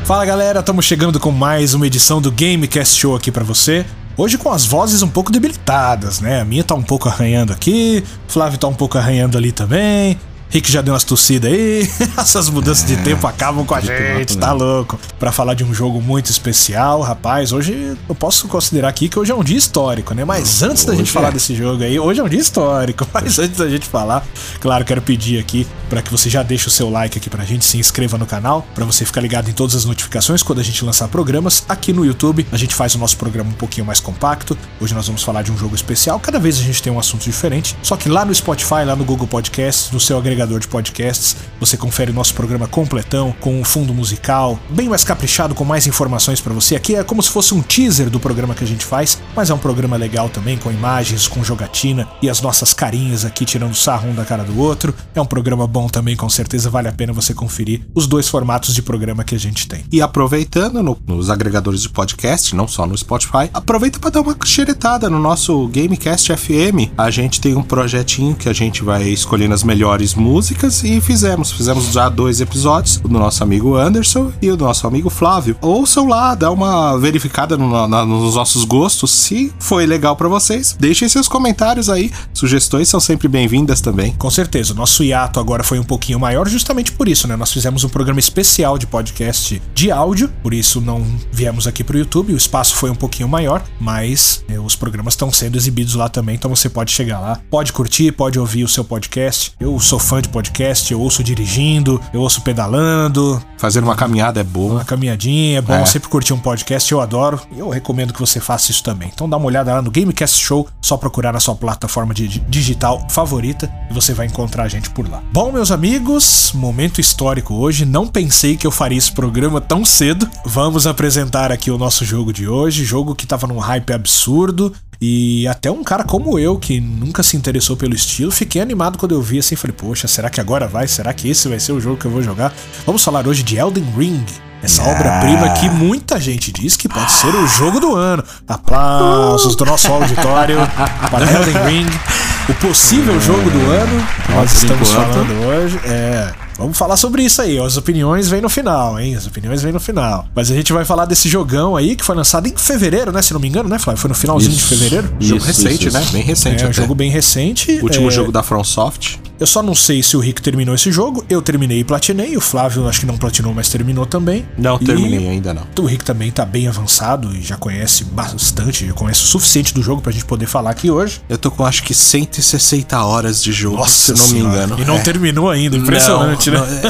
Fala galera, estamos chegando com mais uma edição do Gamecast Show aqui pra você. Hoje com as vozes um pouco debilitadas, né? A minha tá um pouco arranhando aqui, o Flávio tá um pouco arranhando ali também. Rick já deu umas tossidas aí. Essas mudanças de tempo acabam com a gente, tá louco? Pra falar de um jogo muito especial, rapaz, hoje eu posso considerar aqui que hoje é um dia histórico, né? Mas antes da gente falar desse jogo aí, hoje é um dia histórico. Mas antes da gente falar, claro, quero pedir aqui pra que você já deixe o seu like aqui pra gente, se inscreva no canal, pra você ficar ligado em todas as notificações quando a gente lançar programas. Aqui no YouTube a gente faz o nosso programa um pouquinho mais compacto. Hoje nós vamos falar de um jogo especial. Cada vez a gente tem um assunto diferente. Só que lá no Spotify, lá no Google Podcasts, no seu agregador de podcasts, você confere o nosso programa completão, com um fundo musical bem mais caprichado, com mais informações pra você. Aqui é como se fosse um teaser do programa que a gente faz, mas é um programa legal também, com imagens, com jogatina e as nossas carinhas aqui tirando sarro um da cara do outro. É um programa bom também, com certeza vale a pena você conferir os dois formatos de programa que a gente tem. E aproveitando nos agregadores de podcast, não só no Spotify, aproveita para dar uma xeretada no nosso Gamecast FM. A gente tem um projetinho que a gente vai escolhendo as melhores músicas e fizemos já 2 episódios, o do nosso amigo Anderson e o do nosso amigo Flávio. Ouçam lá, dá uma verificada nos nossos gostos, se foi legal pra vocês. Deixem seus comentários aí, sugestões são sempre bem-vindas também. Com certeza, o nosso hiato agora foi um pouquinho maior justamente por isso, né? Nós fizemos um programa especial de podcast de áudio, por isso não viemos aqui pro YouTube, o espaço foi um pouquinho maior, mas os programas estão sendo exibidos lá também, então você pode chegar lá, pode curtir, pode ouvir o seu podcast. Eu sou fã de podcast, eu ouço dirigindo, eu ouço pedalando. Fazer uma caminhada é bom. Uma caminhadinha é bom, sempre curtir um podcast, eu adoro. Eu recomendo que você faça isso também. Então dá uma olhada lá no Gamecast Show, só procurar na sua plataforma digital favorita e você vai encontrar a gente por lá. Bom, meus amigos, momento histórico hoje. Não pensei que eu faria esse programa tão cedo. Vamos apresentar aqui o nosso jogo de hoje, jogo que tava num hype absurdo. E até um cara como eu, que nunca se interessou pelo estilo, fiquei animado quando eu vi assim, falei, poxa, será que agora vai? Será que esse vai ser o jogo que eu vou jogar? Vamos falar hoje de Elden Ring, essa obra-prima que muita gente diz que pode ser o jogo do ano. Aplausos do nosso auditório para Elden Ring, o possível jogo do ano. Nós estamos falando hoje. Vamos falar sobre isso aí, as opiniões vêm no final, hein? As opiniões vêm no final. Mas a gente vai falar desse jogão aí, que foi lançado em fevereiro, né? Se não me engano, né, Flávio? Foi no finalzinho de fevereiro. Jogo recente, né? Bem recente até. Um jogo bem recente. Último jogo da FromSoft. Eu só não sei se o Rick terminou esse jogo. Eu terminei e platinei. O Flávio acho que não platinou, mas terminou também. Não, terminei ainda não. O Rick também tá bem avançado e já conhece bastante, já conhece o suficiente do jogo pra gente poder falar aqui hoje. Eu tô com acho que 160 horas de jogo, nossa, se não me engano. E não terminou ainda, impressionante, não, né?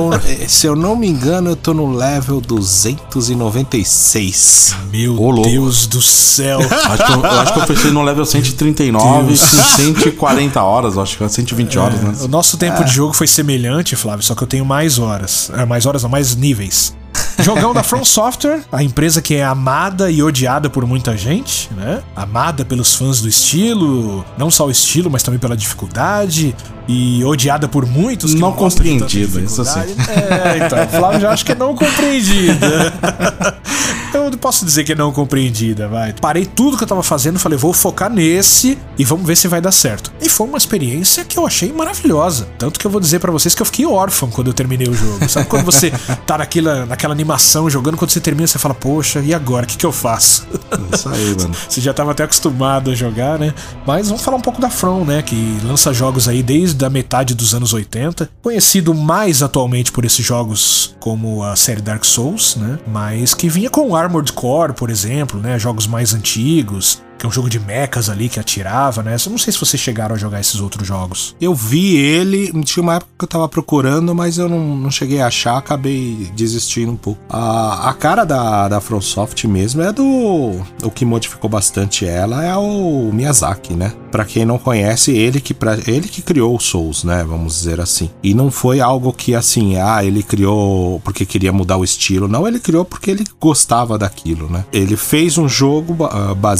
Se eu não me engano, eu tô no level 296. Meu Deus do céu. Eu acho que eu fechei no level 139 com 140 horas, acho que é 120 horas. Né? O nosso tempo de jogo foi semelhante, Flávio, só que eu tenho mais horas. Mais níveis. Jogão da From Software, a empresa que é amada e odiada por muita gente, né? Amada pelos fãs do estilo, não só o estilo, mas também pela dificuldade, e odiada por muitos que não compreendida, isso assim. Então, o Flávio já acha que é não compreendida. Eu posso dizer que é não compreendida, vai. Parei tudo que eu tava fazendo, falei, vou focar nesse e vamos ver se vai dar certo. E foi uma experiência que eu achei maravilhosa. Tanto que eu vou dizer pra vocês que eu fiquei órfão quando eu terminei o jogo. Sabe quando você tá naquela animação jogando, quando você termina, você fala, poxa, e agora? O que eu faço? Isso aí, mano. Você já tava até acostumado a jogar, né? Mas vamos falar um pouco da From, né? Que lança jogos aí desde a metade dos anos 80. Conhecido mais atualmente por esses jogos como a série Dark Souls, né? Mas que vinha com Armored Core, por exemplo, né? Jogos mais antigos. Que é um jogo de mechas ali que atirava, né? Eu não sei se vocês chegaram a jogar esses outros jogos. Eu vi ele, tinha uma época que eu tava procurando, mas eu não cheguei a achar, acabei desistindo um pouco. A cara da FromSoft mesmo é o que modificou bastante ela é o Miyazaki, né? Pra quem não conhece, ele que criou o Souls, né? Vamos dizer assim. E não foi algo que assim, ele criou porque queria mudar o estilo. Não, ele criou porque ele gostava daquilo, né? Ele fez um jogo baseado na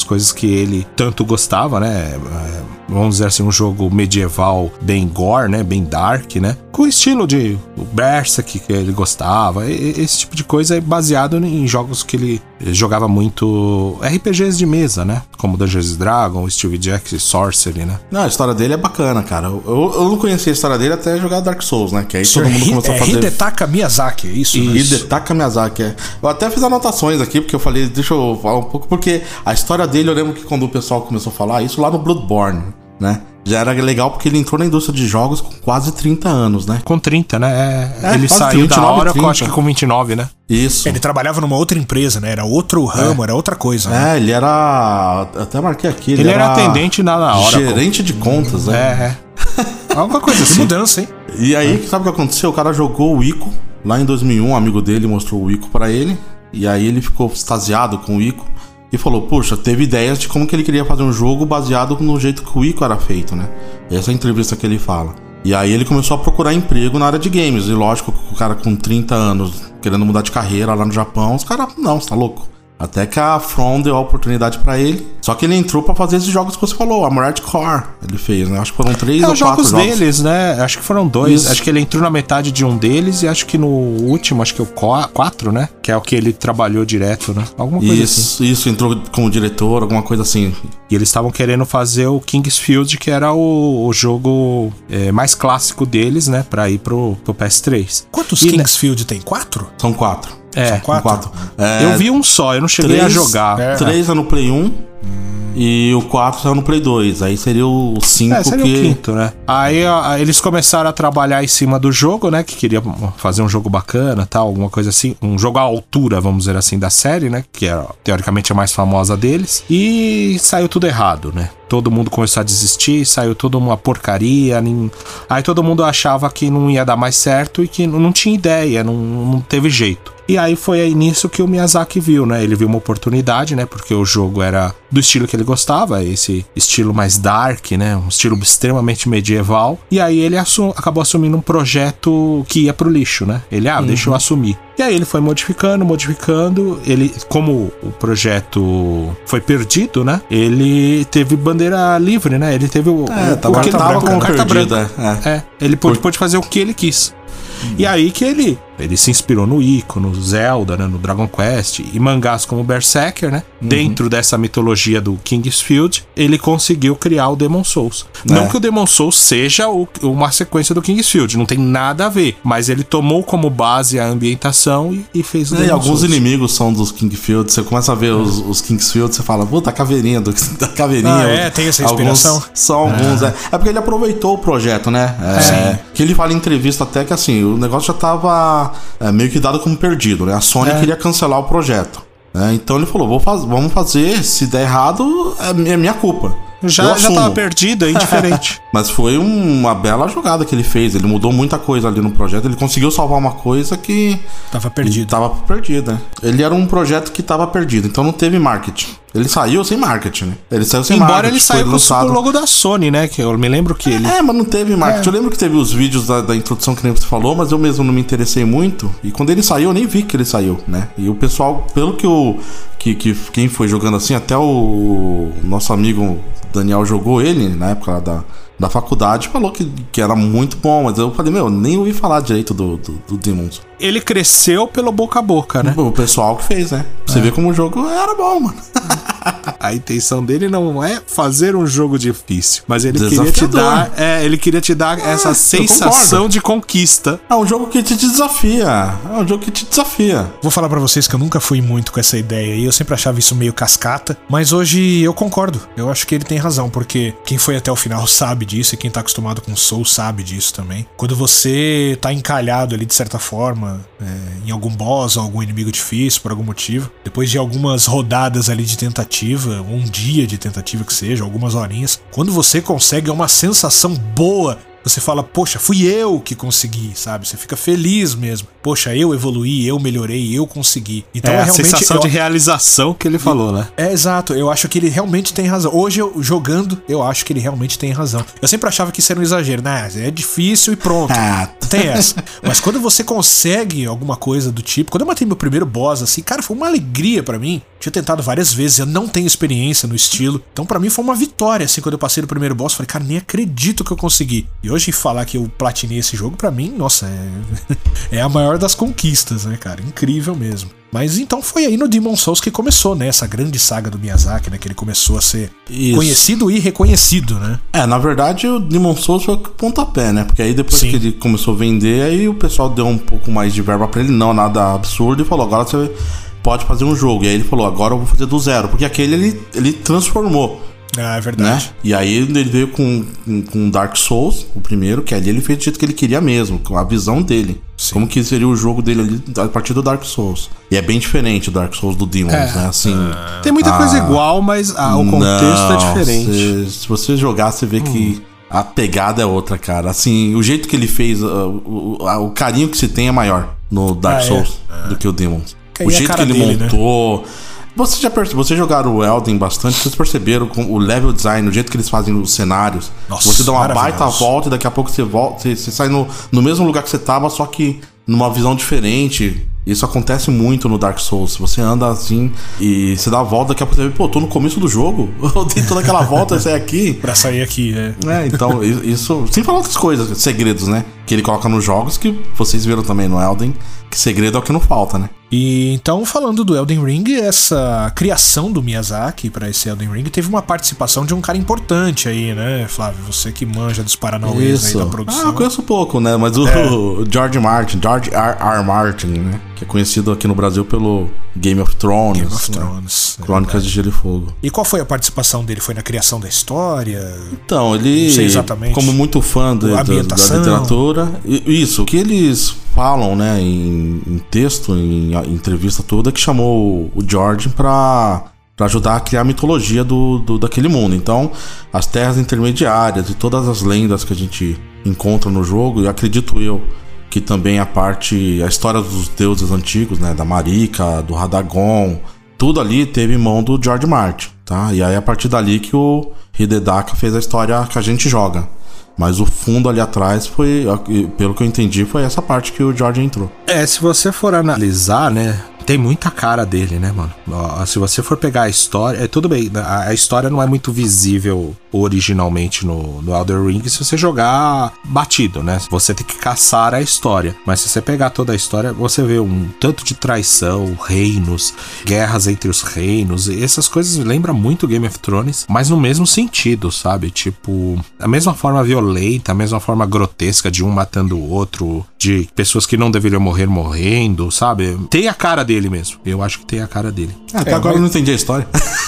as coisas que ele tanto gostava, né? Vamos dizer assim, um jogo medieval bem gore, né? Bem dark, né? Com o estilo de Berserk que ele gostava. Esse tipo de coisa é baseado em jogos que ele jogava muito, RPGs de mesa, né? Como Dungeons & Dragons, Steve Jackson, Sorcery, né? Não, a história dele é bacana, cara. Eu não conhecia a história dele até jogar Dark Souls, né? Que aí todo mundo começou a fazer... Hidetaka Miyazaki, é isso? Hidetaka Miyazaki, é. Eu até fiz anotações aqui, porque eu falei, deixa eu falar um pouco, porque a história dele, eu lembro que quando o pessoal começou a falar isso lá no Bloodborne, né? Já era legal porque ele entrou na indústria de jogos com quase 30 anos, né? Com 30, né? Ele saiu 29, da hora, eu acho que com 29, né? Isso. Ele trabalhava numa outra empresa, né? Era outro ramo, era outra coisa. Né? Ele era... Até marquei aqui. Ele era atendente na hora. Gerente de contas, né? Alguma coisa assim. Mudança, hein? E aí, sabe o que aconteceu? O cara jogou o Ico. Lá em 2001, um amigo dele mostrou o Ico pra ele. E aí ele ficou extasiado com o Ico. E falou, puxa, teve ideias de como que ele queria fazer um jogo baseado no jeito que o Ico era feito, né? Essa é a entrevista que ele fala. E aí ele começou a procurar emprego na área de games. E lógico, o cara com 30 anos, querendo mudar de carreira lá no Japão, os caras, não, você tá louco? Até que a From deu a oportunidade pra ele. Só que ele entrou pra fazer esses jogos que você falou, Armored Core ele fez, né? Acho que foram 3 ou 4 jogos deles, né? Acho que foram 2. Acho que ele entrou na metade de um deles e acho que no último, acho que o 4, né? Que é o que ele trabalhou direto, né? Alguma coisa assim. Isso, entrou como diretor, alguma coisa assim. E eles estavam querendo fazer o Kingsfield, que era o jogo mais clássico deles, né? Pra ir pro PS3. Quantos Kingsfield tem? 4? São 4. São 4? Eu vi um só, eu não cheguei a jogar. 3 é no Play 1 e o 4 é no Play 2. Aí seria o 5 seria o quinto, né? Aí eles começaram a trabalhar em cima do jogo, né? Que queria fazer um jogo bacana, tal, alguma coisa assim. Um jogo à altura, vamos dizer assim, da série, né? Que é teoricamente a mais famosa deles. E saiu tudo errado, né? Todo mundo começou a desistir, saiu toda uma porcaria. Aí todo mundo achava que não ia dar mais certo e que não tinha ideia, não teve jeito. E aí foi aí nisso que o Miyazaki viu, né? Ele viu uma oportunidade, né? Porque o jogo era do estilo que ele gostava, esse estilo mais dark, né? Um estilo extremamente medieval. E aí ele acabou assumindo um projeto que ia pro lixo, né? Ele, deixa eu assumir. E aí ele foi modificando. Ele, como o projeto foi perdido, né? Ele teve bandeira livre, né? Ele teve carta branca. Ele pôde fazer o que ele quis. E aí que ele se inspirou no Ico, no Zelda, né, no Dragon Quest e mangás como Berserker, né? Dentro dessa mitologia do Kingsfield, ele conseguiu criar o Demon's Souls. Não que o Demon's Souls seja uma sequência do Kingsfield, não tem nada a ver, mas ele tomou como base a ambientação e fez o Demon's Souls. Alguns inimigos são dos Kingsfield, você começa a ver os Kingsfield, você fala, puta, a caveirinha da caveirinha. Tem essa inspiração. São alguns, É porque ele aproveitou o projeto, né? Que ele fala em entrevista até que assim, o negócio já tava meio que dado como perdido, né? A Sony queria cancelar o projeto. Então ele falou, vamos fazer, se der errado, é minha culpa. Já tava perdido, é indiferente. Mas foi uma bela jogada que ele fez. Ele mudou muita coisa ali no projeto. Ele conseguiu salvar uma coisa que tava perdido. Tava perdida. Ele era um projeto que tava perdido, então não teve marketing. Ele saiu sem marketing, né? Ele saiu sem marketing. Embora ele saiu com o logo da Sony, né? Que eu me lembro que ele... mas não teve marketing. Eu lembro que teve os vídeos da introdução que nem você falou, mas eu mesmo não me interessei muito. E quando ele saiu, eu nem vi que ele saiu, né? E o pessoal, pelo que quem foi jogando assim, até o nosso amigo Daniel jogou ele, na época lá da faculdade, falou que era muito bom, mas eu falei, nem ouvi falar direito do Demons. Ele cresceu pelo boca a boca, né? O pessoal que fez, né? Você vê como o jogo era bom, mano. A intenção dele não é fazer um jogo difícil, mas ele queria te dar essa sensação de conquista. É um jogo que te desafia. Vou falar pra vocês que eu nunca fui muito com essa ideia e eu sempre achava isso meio cascata, mas hoje eu concordo. Eu acho que ele tem razão, porque quem foi até o final sabe disso e quem tá acostumado com Soul sabe disso também. Quando você tá encalhado ali de certa forma em algum boss ou algum inimigo difícil por algum motivo, depois de algumas rodadas ali de tentativa, um dia de tentativa que seja, algumas horinhas, quando você consegue, é uma sensação boa você fala, poxa, fui eu que consegui, sabe? Você fica feliz mesmo. Poxa, eu evoluí, eu melhorei, eu consegui. Então a sensação de realização que ele falou, né? Exato. Eu acho que ele realmente tem razão. Hoje, jogando, eu acho que ele realmente tem razão. Eu sempre achava que isso era um exagero, né? É difícil e pronto. Tem essa. Mas quando você consegue alguma coisa do tipo... Quando eu matei meu primeiro boss, assim, cara, foi uma alegria pra mim. Tinha tentado várias vezes, eu não tenho experiência no estilo. Então pra mim foi uma vitória, assim, quando eu passei no primeiro boss. Falei, cara, nem acredito que eu consegui. E hoje falar que eu platinei esse jogo, pra mim, nossa, é a maior das conquistas, né, cara? Incrível mesmo. Mas então foi aí no Demon's Souls que começou, né? Essa grande saga do Miyazaki, né? Que ele começou a ser conhecido e reconhecido, né? Na verdade o Demon's Souls foi o pontapé, né? Porque aí depois que ele começou a vender, aí o pessoal deu um pouco mais de verba pra ele, não nada absurdo, e falou, agora você pode fazer um jogo. E aí ele falou, agora eu vou fazer do zero. Porque aquele ele transformou. É verdade. Né? E aí ele veio com Dark Souls, o primeiro, que ali ele fez do jeito que ele queria mesmo, com a visão dele. Sim. Como que seria o jogo dele ali a partir do Dark Souls. E é bem diferente o Dark Souls do Demons, né? Assim, tem muita coisa igual, mas o contexto é diferente. Se você jogar, você vê que a pegada é outra, cara. Assim, o jeito que ele fez, o carinho que se tem é maior no Dark Souls do que o Demons. O jeito que ele montou... Né? Vocês jogaram o Elden bastante, vocês perceberam com o level design, o jeito que eles fazem os cenários. Nossa, você dá uma baita volta e daqui a pouco você volta, você sai no mesmo lugar que você tava, só que numa visão diferente. Isso acontece muito no Dark Souls. Você anda assim e você dá a volta, daqui a pouco você vê, pô, tô no começo do jogo. Eu dei toda aquela volta e sair aqui. Pra sair aqui, então, isso. Sem falar outras coisas, segredos, né? Que ele coloca nos jogos, que vocês viram também no Elden. Que segredo é o que não falta, né? E então, falando do Elden Ring, essa criação do Miyazaki pra esse Elden Ring teve uma participação de um cara importante aí, né, Flávio? Você que manja dos paranauês aí da produção. Eu conheço pouco, né? Mas o George R. Martin, né? Que é conhecido aqui no Brasil pelo Game of Thrones. Crônicas de Gelo e Fogo. E qual foi a participação dele? Foi na criação da história? Então, ele, não sei exatamente, como muito fã da literatura, isso, o que eles falam, né, em texto, em entrevista toda, que chamou o George pra ajudar a criar a mitologia daquele mundo. Então, as terras intermediárias e todas as lendas que a gente encontra no jogo, e acredito eu que também a história dos deuses antigos, né, da Marika, do Radagon, tudo ali teve mão do George Martin, tá? E aí a partir dali que o Hidetaka fez a história que a gente joga. Mas o fundo ali atrás foi, pelo que eu entendi, foi essa parte que o George entrou. Se você for analisar, né, tem muita cara dele, né, mano? Se você for pegar a história, tudo bem, a história não é muito visível originalmente no Elden Ring se você jogar batido, né? Você tem que caçar a história. Mas se você pegar toda a história, você vê um tanto de traição, reinos, guerras entre os reinos, e essas coisas lembram muito Game of Thrones, mas no mesmo sentido, sabe? Tipo, a mesma forma violenta, a mesma forma grotesca de um matando o outro, de pessoas que não deveriam morrer morrendo, sabe? Tem a cara dele mesmo. Eu acho que tem a cara dele. Até agora eu não entendi a história.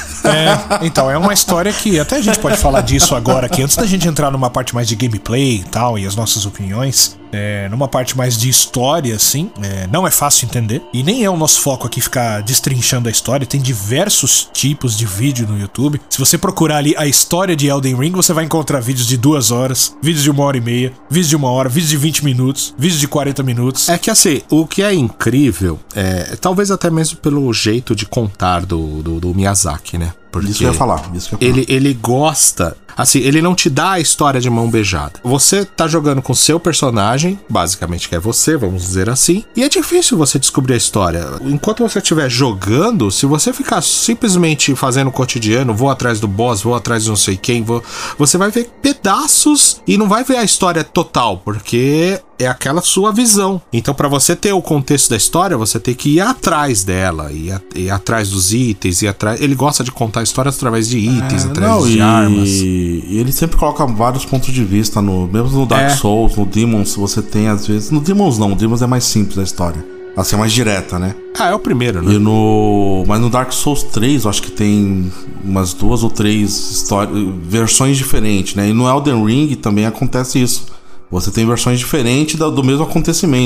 Então, é uma história que até a gente pode falar disso agora aqui, antes da gente entrar numa parte mais de gameplay e tal, e as nossas opiniões. Numa parte mais de história, assim, não é fácil entender. E nem é o nosso foco aqui ficar destrinchando a história. Tem diversos tipos de vídeo no YouTube. Se você procurar ali a história de Elden Ring, você vai encontrar vídeos de 2 horas, vídeos de 1h30, vídeos de 1 hora, vídeos de 20 minutos, vídeos de 40 minutos. É que assim, o que é incrível, talvez até mesmo pelo jeito de contar do Miyazaki, né? Porque isso que eu ia falar. Ele gosta... Assim, ele não te dá a história de mão beijada. Você tá jogando com seu personagem, basicamente que é você, vamos dizer assim, e é difícil você descobrir a história. Enquanto você estiver jogando, se você ficar simplesmente fazendo o cotidiano, vou atrás do boss, vou atrás de não sei quem, você vai ver pedaços e não vai ver a história total, porque é aquela sua visão. Então, pra você ter o contexto da história, você tem que ir atrás dela, ir atrás dos itens, ele gosta de contar histórias através de itens, através de armas. E ele sempre coloca vários pontos de vista, mesmo no Dark Souls, no Demons, você tem às vezes... No Demons não, o Demons é mais simples a história. Assim, é mais direta, né? É o primeiro, né? Mas no Dark Souls 3, eu acho que tem umas 2 ou 3 versões diferentes, né? E no Elden Ring também acontece isso. Você tem versões diferentes do mesmo acontecimento.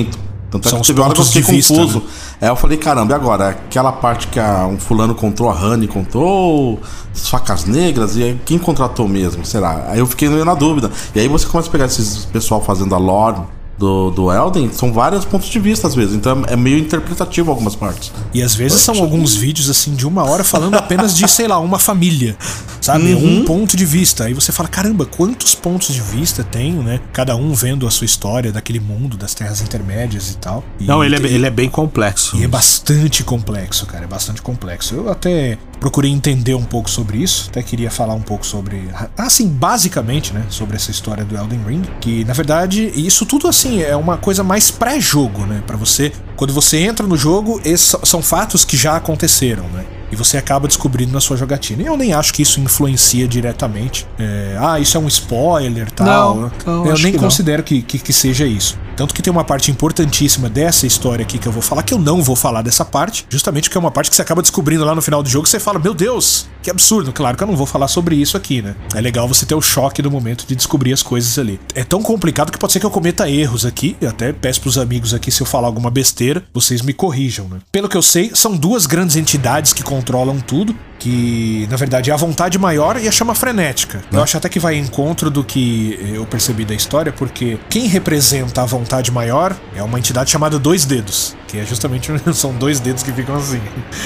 Tanto é São que os teve hora que eu pontos fiquei de vista, confuso. né? Aí eu falei, caramba, e agora? Aquela parte que um fulano contou, a Honey contou, as facas negras, e aí quem contratou mesmo? Será? Aí eu fiquei meio na dúvida. E aí você começa a pegar esses pessoal fazendo a lore do Elden, são vários pontos de vista às vezes, então é meio interpretativo algumas partes. E às vezes são alguns vídeos assim de 1 hora falando apenas de, sei lá, uma família, sabe? Um ponto de vista. Aí você fala, caramba, quantos pontos de vista tenho, né? Cada um vendo a sua história daquele mundo, das Terras Intermédias e tal. Não, ele é bem complexo. E é bastante complexo, cara, é bastante complexo. Eu até procurei entender um pouco sobre isso, até queria falar um pouco sobre, assim, basicamente, né, sobre essa história do Elden Ring, que na verdade, isso tudo assim, é uma coisa mais pré-jogo, né, pra você, quando você entra no jogo, esses são fatos que já aconteceram, né. E você acaba descobrindo na sua jogatina. E eu nem acho que isso influencia diretamente. Isso é um spoiler, tal. Não, eu nem considero que seja isso. Tanto que tem uma parte importantíssima dessa história aqui que eu vou falar, que eu não vou falar dessa parte, justamente porque é uma parte que você acaba descobrindo lá no final do jogo e você fala, meu Deus, que absurdo. Claro que eu não vou falar sobre isso aqui, né? É legal você ter o choque do momento de descobrir as coisas ali. É tão complicado que pode ser que eu cometa erros aqui, eu até peço pros amigos aqui, se eu falar alguma besteira, vocês me corrijam, né? Pelo que eu sei, são 2 grandes entidades que controlam tudo, que na verdade é a vontade maior e a chama frenética. Eu acho até que vai em encontro do que eu percebi da história, porque quem representa a vontade maior é uma entidade chamada Dois Dedos, que é justamente, são 2 dedos que ficam assim.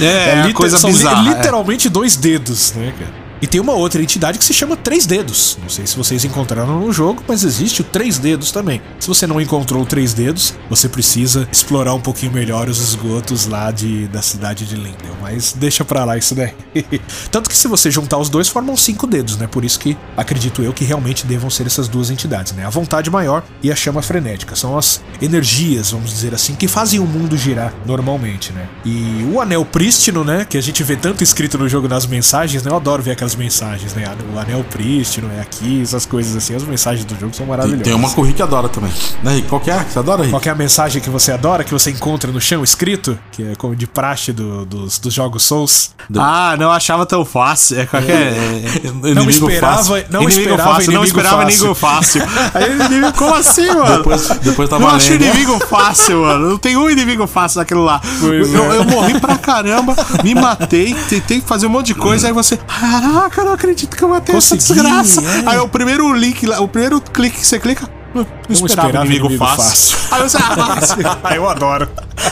Coisa bizarra. Literalmente 2 dedos, né, cara? E tem uma outra entidade que se chama Três Dedos. Não sei se vocês encontraram no jogo, mas existe o Três Dedos também. Se você não encontrou o Três Dedos, você precisa explorar um pouquinho melhor os esgotos lá da cidade de Lindel. Mas deixa pra lá isso daí. Tanto que se você juntar os dois, formam 5 dedos, né? Por isso que acredito eu que realmente devam ser essas 2 entidades, né? A vontade maior e a chama frenética. São as energias, vamos dizer assim, que fazem o mundo girar normalmente, né? E o Anel Prístino, né? Que a gente vê tanto escrito no jogo nas mensagens, né? Eu adoro ver aquelas mensagens, né? O Anel Prístino é aqui, essas coisas assim. As mensagens do jogo são maravilhosas. Tem uma que o Rick adora também. Né, Rick? Qual que é? Você adora, Rick? Qual que é a mensagem que você adora, que você encontra no chão escrito? Que é como de praxe dos jogos Souls. Não achava tão fácil. Não esperava inimigo fácil. Aí inimigo, como assim, mano? Depois tá não valendo. achei inimigo fácil, mano. Não tem um inimigo fácil naquilo lá. Eu morri pra caramba, me matei, tentei fazer um monte de coisa, aí você, caraca, eu não acredito que eu matei essa desgraça. Aí o primeiro link, o primeiro clique que você clica, não esperava inimigo fácil. Aí você, eu adoro.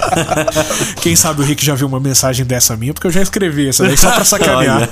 Quem sabe o Rick já viu uma mensagem dessa minha, porque eu já escrevi essa daí só pra sacanear.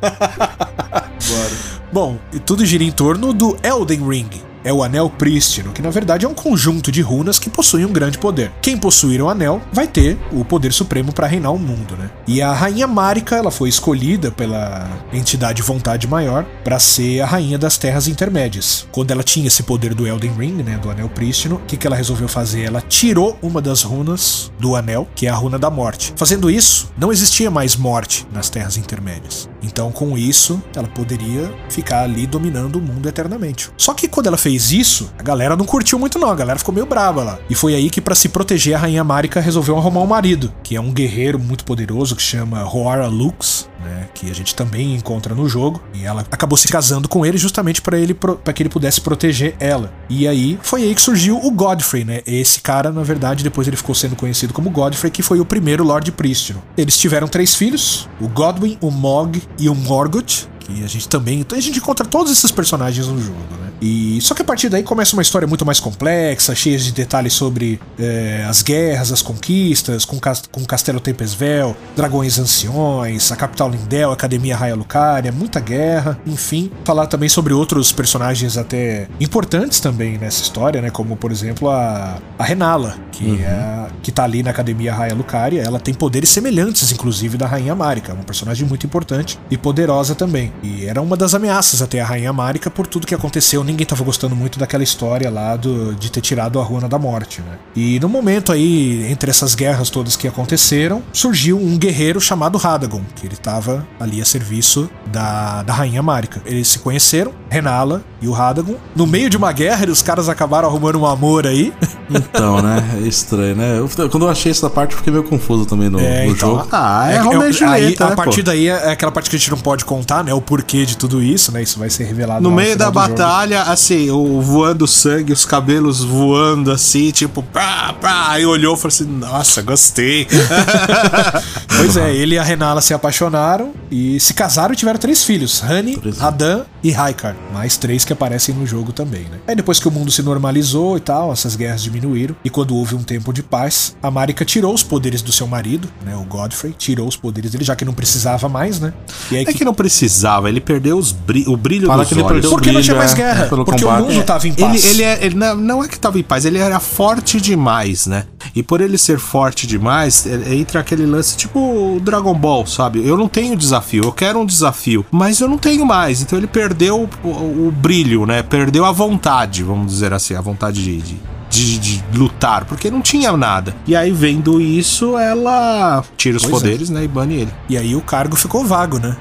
Bom, e tudo gira em torno do Elden Ring. É o Anel Prístino, que na verdade é um conjunto de runas que possuem um grande poder. Quem possuir o anel vai ter o poder supremo para reinar o mundo, né? E a Rainha Marika, ela foi escolhida pela entidade Vontade Maior para ser a Rainha das Terras Intermédias. Quando ela tinha esse poder do Elden Ring, né, do Anel Prístino, o que ela resolveu fazer? Ela tirou uma das runas do anel, que é a runa da morte. Fazendo isso, não existia mais morte nas Terras Intermédias. Então, com isso, ela poderia ficar ali dominando o mundo eternamente. Só que quando ela fez isso, a galera não curtiu muito não, a galera ficou meio brava lá. E foi aí que, pra se proteger, a Rainha Marika resolveu arrumar um marido, que é um guerreiro muito poderoso que chama Hoara Lux, né, que a gente também encontra no jogo. E ela acabou se casando com ele justamente para que ele pudesse proteger ela. E aí foi aí que surgiu o Godfrey, né? Esse cara, na verdade, depois ele ficou sendo conhecido como Godfrey, que foi o primeiro Lorde Prístino. Eles tiveram 3 filhos, o Godwyn, o Mog e o Morgoth. E a gente encontra todos esses personagens no jogo, né? E só que a partir daí começa uma história muito mais complexa, cheia de detalhes sobre as guerras, as conquistas, com Castelo Tempestvel, dragões anciões, a capital Lindel, a Academia Raia Lucaria, muita guerra, enfim. Falar também sobre outros personagens até importantes também nessa história, né? Como, por exemplo, a Renala, que tá ali na Academia Raia Lucaria. Ela tem poderes semelhantes, inclusive, da Rainha Marika, uma personagem muito importante e poderosa também. E era uma das ameaças até a Rainha Marika por tudo que aconteceu. Ninguém tava gostando muito daquela história lá de ter tirado a Runa da Morte, né? E no momento aí, entre essas guerras todas que aconteceram, surgiu um guerreiro chamado Radagon, que ele tava ali a serviço da Rainha Marika. Eles se conheceram, Renala e o Radagon. No meio de uma guerra, os caras acabaram arrumando um amor aí. Então, né? É estranho, né? Quando eu achei essa parte, eu fiquei meio confuso também no jogo. Romeo e Julieta, a partir daí é aquela parte que a gente não pode contar, né? O porquê de tudo isso, né? Isso vai ser revelado no lá meio da final do jogo. batalha, assim, o voando sangue, os cabelos voando assim, tipo, aí olhou e falou assim, nossa, gostei. Pois é, ele e a Renala se apaixonaram e se casaram e tiveram 3 filhos, Hani, Radan e Raikar, mais 3 que aparecem no jogo também, né? Aí depois que o mundo se normalizou e tal, essas guerras diminuíram, e quando houve um tempo de paz, a Marika tirou os poderes do seu marido, né, o Godfrey, tirou os poderes dele, já que não precisava mais, né? E aí que não precisava, ele perdeu o brilho Fala dos que ele olhos. perdeu Por que não tinha mais guerra? Porque combate. o mundo tava em paz. Ele não é que tava em paz, ele era forte demais, né? E por ele ser forte demais, entra aquele lance tipo o Dragon Ball, sabe? Eu não tenho desafio, eu quero um desafio, mas eu não tenho mais. Então ele perdeu o brilho, né? Perdeu a vontade, vamos dizer assim, a vontade de lutar, porque não tinha nada. E aí, vendo isso, ela tira os poderes, né, e bane ele. E aí o cargo ficou vago, né?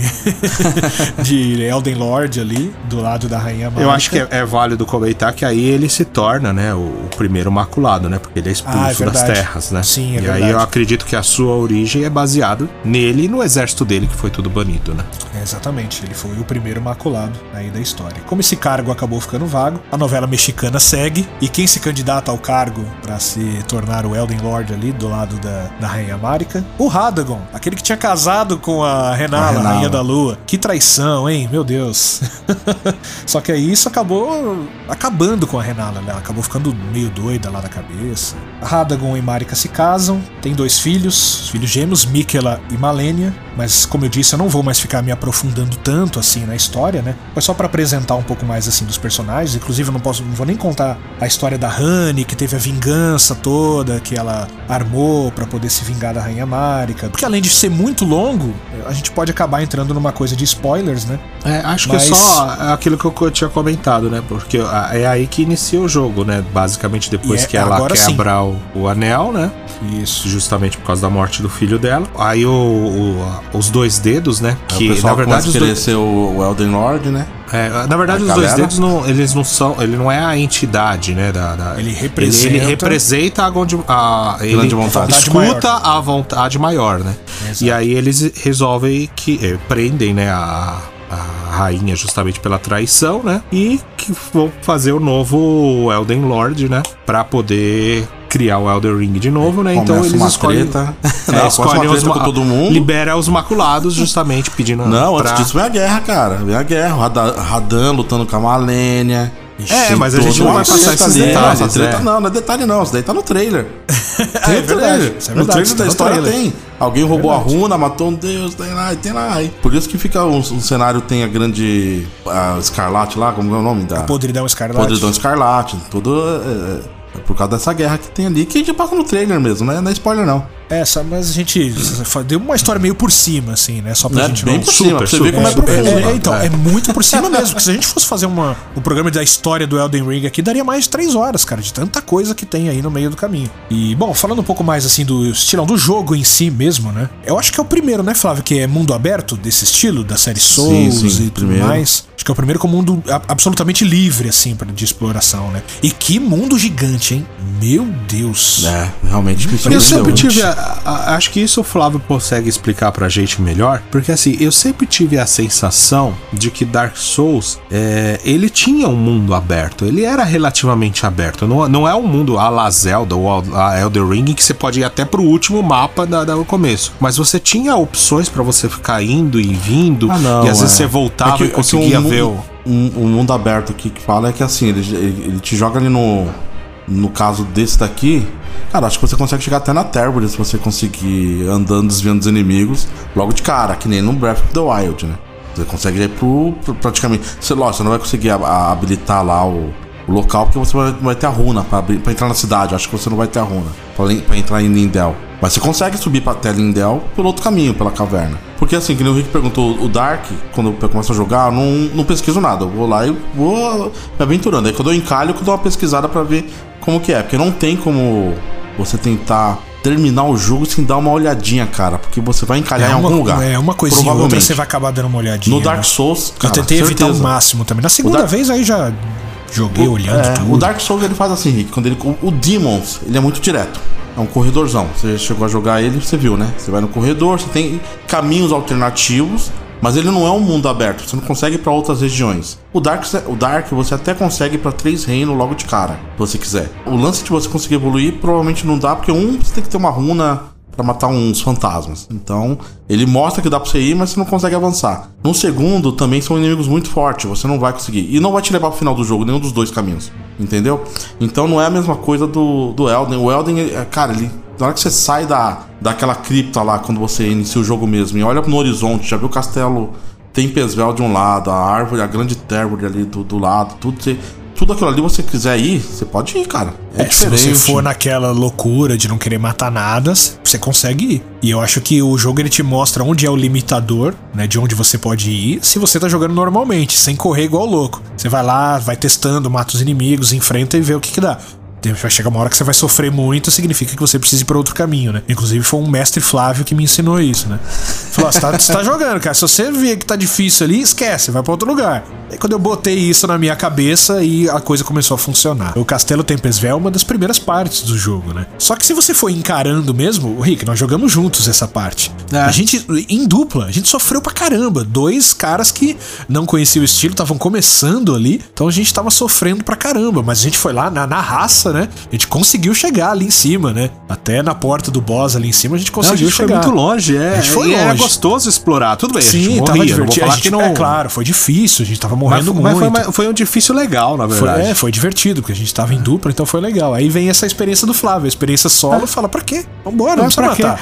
De Elden Lord ali, do lado da Rainha Marika. Eu acho que é válido comentar que aí ele se torna, né, o primeiro maculado, né? Porque ele é expulso das terras, né? Sim, e verdade. aí eu acredito que a sua origem é baseado nele e no exército dele, que foi tudo banido, né? Exatamente, ele foi o primeiro maculado aí da história. Como esse cargo acabou ficando vago, a novela mexicana segue, e quem se candidata ao cargo pra se tornar o Elden Lord ali, do lado da Rainha Marika? O Radagon, aquele que tinha casado com a Renala, a Rainha da Lua. Que traição, hein? Meu Deus. Só que aí isso acabou acabando com a Renala, né? Ela acabou ficando meio doida lá da cabeça. Radagon e Marika se casam, tem 2 filhos gêmeos, Miquella e Malenia. Mas, como eu disse, eu não vou mais ficar me aprofundando tanto assim na história, né? Foi só pra apresentar um pouco mais assim dos personagens. Inclusive, eu não vou nem contar a história da Hani, que teve a vingança toda que ela armou pra poder se vingar da Rainha Marika. Porque além de ser muito longo, a gente pode acabar entrando numa coisa de spoilers, né? Acho que é só aquilo que eu tinha comentado, né? Porque é aí que inicia o jogo, né? Basicamente depois que ela quebra o anel, né? Isso. Justamente por causa da morte do filho dela. Aí os 2 dedos, né? Que na verdade querer ser o Elden Lord, né? Na verdade, os 2 dedos eles não são. Ele não é a entidade, né? Ele representa. Ele representa ele escuta a vontade maior, né? Exato. E aí eles resolvem que prendem, né? A rainha justamente pela traição, né? E que vão fazer o novo Elden Lord, né? Pra poder criar o Elden Ring de novo, né? Então eles escolhem com todo mundo. Libera os maculados justamente pedindo. Não, antes disso vem a guerra, cara. Vem a guerra. O Radan lutando com a Malenia. Mas a gente não vai passar esses detalhes. Não é detalhe não. Isso daí tá no trailer. É verdade. No trailer da história tem. Alguém roubou a runa, matou um deus, tem lá. Por isso que fica um cenário, tem a grande Escarlate lá, como é o nome da... Podridão Escarlate. Podridão Escarlate. Tudo... por causa dessa guerra que tem ali, que a gente passa no trailer mesmo, né? Não é spoiler, não. Mas a gente deu uma história meio por cima, assim, né? Só pra gente bem por cima, pra você ver como é profundo. Então, é muito por cima mesmo. Porque se a gente fosse fazer um programa da história do Elden Ring aqui, daria mais de 3 horas, cara, de tanta coisa que tem aí no meio do caminho. E, bom, falando um pouco mais, assim, do estilão do jogo em si mesmo, né? Eu acho que é o primeiro, né, Flávio, que é mundo aberto desse estilo, da série Souls e tudo mais. Acho que é o primeiro com mundo absolutamente livre, assim, de exploração, né? E que mundo gigante, hein? Meu Deus. Realmente me surpreendeu. Eu sempre tive acho que isso o Flávio consegue explicar pra gente melhor, porque assim, eu sempre tive a sensação de que Dark Souls, ele tinha um mundo aberto, ele era relativamente aberto, não é um mundo a la Zelda ou a Elden Ring que você pode ir até pro último mapa do começo, mas você tinha opções pra você ficar indo e vindo, e às vezes você voltava e conseguia ver o mundo aberto aqui que fala é que assim, ele te joga ali no caso desse daqui, cara, acho que você consegue chegar até na Terbury se você conseguir andando, desviando dos inimigos logo de cara, que nem no Breath of the Wild, né? Você consegue ir pro praticamente... Você não vai conseguir habilitar lá o local, porque você vai ter a runa pra entrar na cidade. Acho que você não vai ter a runa pra entrar em Lindel. Mas você consegue subir até Lindel por outro caminho, pela caverna. Porque assim, que nem o Rick perguntou, o Dark, quando eu começo a jogar, eu não pesquiso nada. Eu vou lá e vou me aventurando. Aí quando eu encalho, eu dou uma pesquisada pra ver como que é. Porque não tem como você tentar terminar o jogo sem dar uma olhadinha, cara. Porque você vai encalhar em algum lugar. Uma coisinha ou outra você vai acabar dando uma olhadinha. No Dark Souls, cara, eu tentei evitar o máximo também. Na segunda vez aí já joguei olhando tudo. O Dark Souls ele faz assim, Rick. O Demons, ele é muito direto. É um corredorzão. Você chegou a jogar ele, você viu, né? Você vai no corredor, você tem caminhos alternativos Mas ele não é um mundo aberto, você não consegue ir pra outras regiões. O Dark você até consegue ir pra 3 reinos logo de cara, se você quiser. O lance de você conseguir evoluir provavelmente não dá, porque você tem que ter uma runa pra matar uns fantasmas. Então, ele mostra que dá pra você ir, mas você não consegue avançar. No segundo, também são inimigos muito fortes, você não vai conseguir. E não vai te levar pro final do jogo, nenhum dos 2 caminhos. Entendeu? Então não é a mesma coisa do Elden. O Elden, cara, na hora que você sai daquela cripta lá, quando você inicia o jogo mesmo, e olha no horizonte, já viu o castelo Tempestvel de um lado, a árvore, a grande árvore ali do lado, tudo aquilo ali você quiser ir, você pode ir, cara. É diferente. Se você for naquela loucura de não querer matar nada, você consegue ir. E eu acho que o jogo ele te mostra onde é o limitador, né, de onde você pode ir, se você tá jogando normalmente, sem correr igual louco. Você vai lá, vai testando, mata os inimigos, enfrenta e vê o que dá. Vai chegar uma hora que você vai sofrer muito, significa que você precisa ir pra outro caminho, né? Inclusive foi um mestre Flávio que me ensinou isso, né? Falou, você tá jogando, cara, se você vê que tá difícil ali, esquece, vai pra outro lugar. Aí quando eu botei isso na minha cabeça e a coisa começou a funcionar. O Castelo Tempestvel é uma das primeiras partes do jogo, né? Só que se você for encarando mesmo, Rick, nós jogamos juntos essa parte. A gente, em dupla, a gente sofreu pra caramba. 2 caras que não conheciam o estilo, estavam começando ali, então a gente tava sofrendo pra caramba, mas a gente foi lá na raça, né? A gente conseguiu chegar ali em cima, né? Até na porta do boss ali em cima a gente conseguiu chegar. Foi muito longe, A gente foi longe. Era gostoso explorar, tudo bem. Sim, tava divertido. É claro, foi difícil, a gente tava morrendo muito. Mas foi um difícil legal, na verdade. Foi divertido, porque a gente tava em dupla, então foi legal. Aí vem essa experiência do Flávio, a experiência solo, fala, pra quê? Vambora, não precisa matar.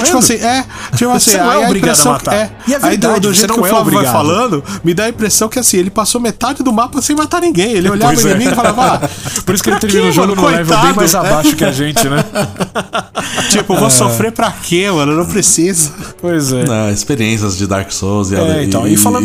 Você não é obrigado a matar. E a verdade, do jeito que o Flávio vai falando, me dá a impressão que assim, ele passou metade do mapa sem matar ninguém. Ele olhava o inimigo e falava, por isso que ele termina o jogo no level bem mais abaixo que a gente, né? Tipo, vou sofrer pra quê, mano? Não precisa. Pois é. Não, experiências de Dark Souls e falando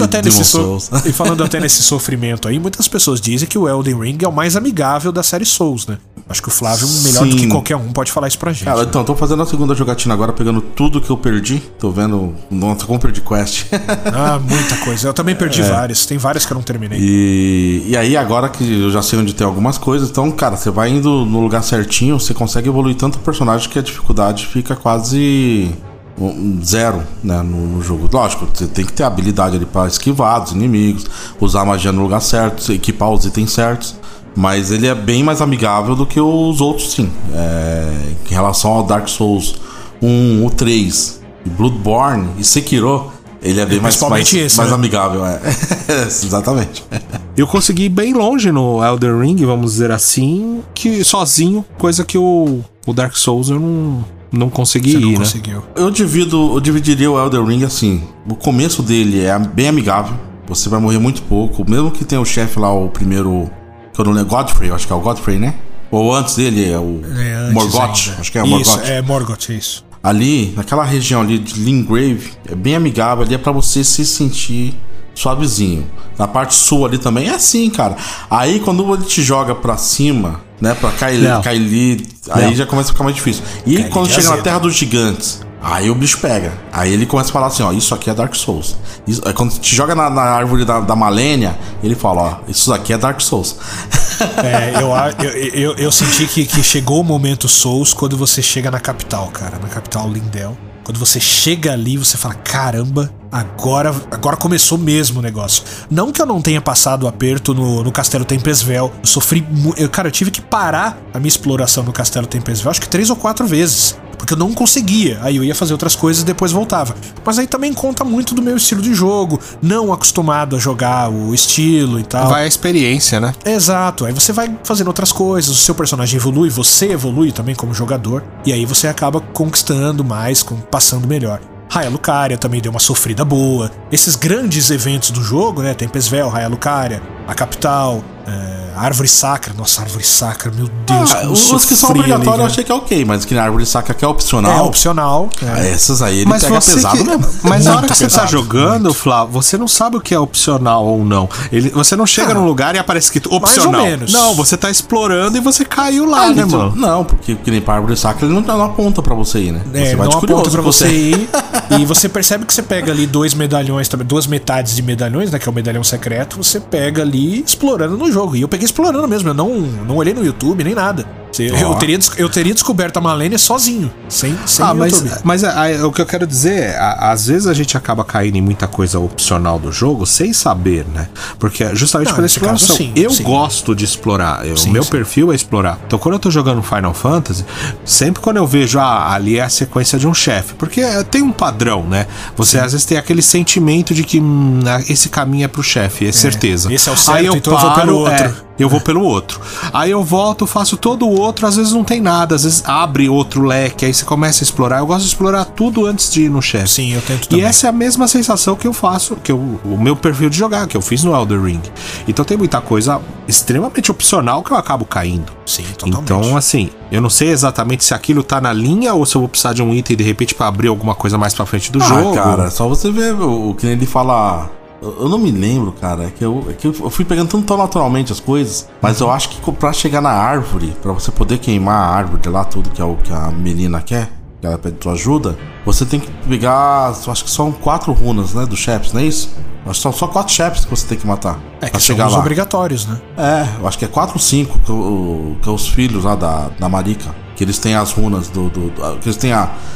até nesse sofrimento aí, muitas pessoas dizem que o Elden Ring é o mais amigável da série Souls, né? Acho que o Flávio, melhor do que qualquer um, pode falar isso pra gente. Cara, então, tô fazendo a segunda jogatina agora, pegando tudo que eu perdi. Tô vendo. Nossa, como perdi quest. Muita coisa. Eu também perdi várias. Tem várias que eu não terminei. E aí, agora que eu já sei onde tem algumas coisas, então, cara, você vai indo no lugar certinho, você consegue evoluir tanto o personagem que a dificuldade fica quase 0, né, no jogo. Lógico, você tem que ter habilidade ali pra esquivar dos inimigos, usar a magia no lugar certo, equipar os itens certos. Mas ele é bem mais amigável do que os outros, sim. Em relação ao Dark Souls 1, o 3, Bloodborne e Sekiro, ele é bem mais amigável. Exatamente. Eu consegui ir bem longe no Elden Ring, vamos dizer assim, que sozinho, coisa que o Dark Souls eu não consegui ir, né? Eu dividiria o Elden Ring assim. O começo dele é bem amigável, você vai morrer muito pouco, mesmo que tenha o chefe lá, o primeiro, que eu não lembro, Godfrey, eu acho que é o Godfrey, né? Ou antes dele é o Morgoth, acho que é o Morgoth. Isso, Morgoth, isso. Ali, naquela região ali de Limgrave, é bem amigável, ali é pra você se sentir suavezinho. Na parte sul ali também é assim, cara. Aí quando ele te joga pra cima, né, pra Kylie, aí já começa a ficar mais difícil. E Kylie, quando chega na Terra dos Gigantes, aí o bicho pega. Aí ele começa a falar assim, ó, isso aqui é Dark Souls. Aí quando te joga na árvore da Malenia, ele fala, ó, isso aqui é Dark Souls. Eu senti que chegou o momento Souls quando você chega na capital, cara. Na capital Lindell. Quando você chega ali, você fala, caramba, agora começou mesmo o negócio. Não que eu não tenha passado o aperto no Castelo Tempestvel. Eu sofri... eu tive que parar a minha exploração no Castelo Tempestvel, acho que 3 ou 4 vezes. Porque eu não conseguia. Aí eu ia fazer outras coisas e depois voltava. Mas aí também conta muito do meu estilo de jogo. Não acostumado a jogar o estilo e tal. Vai a experiência, né? Exato. Aí você vai fazendo outras coisas. O seu personagem evolui, você evolui também como jogador. E aí você acaba conquistando mais, passando melhor. Raya Lucaria também deu uma sofrida boa. Esses grandes eventos do jogo, né? Tempestvel, Raya Lucaria, a capital... Árvore Sacra, nossa, Árvore Sacra, meu Deus, os que são obrigatórios eu achei que é ok, mas que na Árvore Sacra que é opcional. É opcional. Essas aí ele pega pesado mesmo. Mas na hora que você tá jogando, Flávio, você não sabe o que é opcional ou não. Você não chega num lugar e aparece escrito opcional. Mais ou menos. Não, você tá explorando e você caiu lá, né, mano? Não, porque nem pra Árvore Sacra ele não aponta pra você ir, né? Você vai de curioso. Não aponta pra você ir. E você percebe que você pega ali 2 medalhões, também 2 metades de medalhões, né? Que é o medalhão secreto. Você pega ali explorando no jogo. E eu peguei explorando mesmo, eu não olhei no YouTube nem nada. Eu teria descoberto a Malenia sozinho, sem YouTube. Mas o que eu quero dizer é, às vezes a gente acaba caindo em muita coisa opcional do jogo sem saber, né? Porque justamente pela exploração. Eu gosto de explorar, o meu perfil é explorar. Então quando eu tô jogando Final Fantasy, sempre quando eu vejo, ali é a sequência de um chefe, porque tem um padrão, né? Você às vezes tem aquele sentimento de que esse caminho é pro chefe, é certeza. Esse é o certo, então eu vou pelo outro. Eu vou pelo outro. Aí eu volto, faço todo o outro, às vezes não tem nada, às vezes abre outro leque, aí você começa a explorar. Eu gosto de explorar tudo antes de ir no chefe. Sim, eu tento também. E essa é a mesma sensação que eu faço, o meu perfil de jogar, que eu fiz no Elden Ring. Então tem muita coisa extremamente opcional que eu acabo caindo. Sim, totalmente. Então, assim, eu não sei exatamente se aquilo tá na linha ou se eu vou precisar de um item de repente pra abrir alguma coisa mais pra frente do jogo. Cara, só você ver o que ele fala. Eu não me lembro, cara. É que eu fui pegando tão naturalmente as coisas. Mas eu acho que pra chegar na árvore, pra você poder queimar a árvore lá, tudo que é o que a menina quer, que ela pede tua ajuda, você tem que pegar. Eu acho que são 4 runas, né? Dos chefes, não é isso? Acho que são só 4 chefes que você tem que matar. Que chegar são os obrigatórios, né? Eu acho que é 4 ou 5 que é os filhos lá da Marika. Que eles têm as runas que eles têm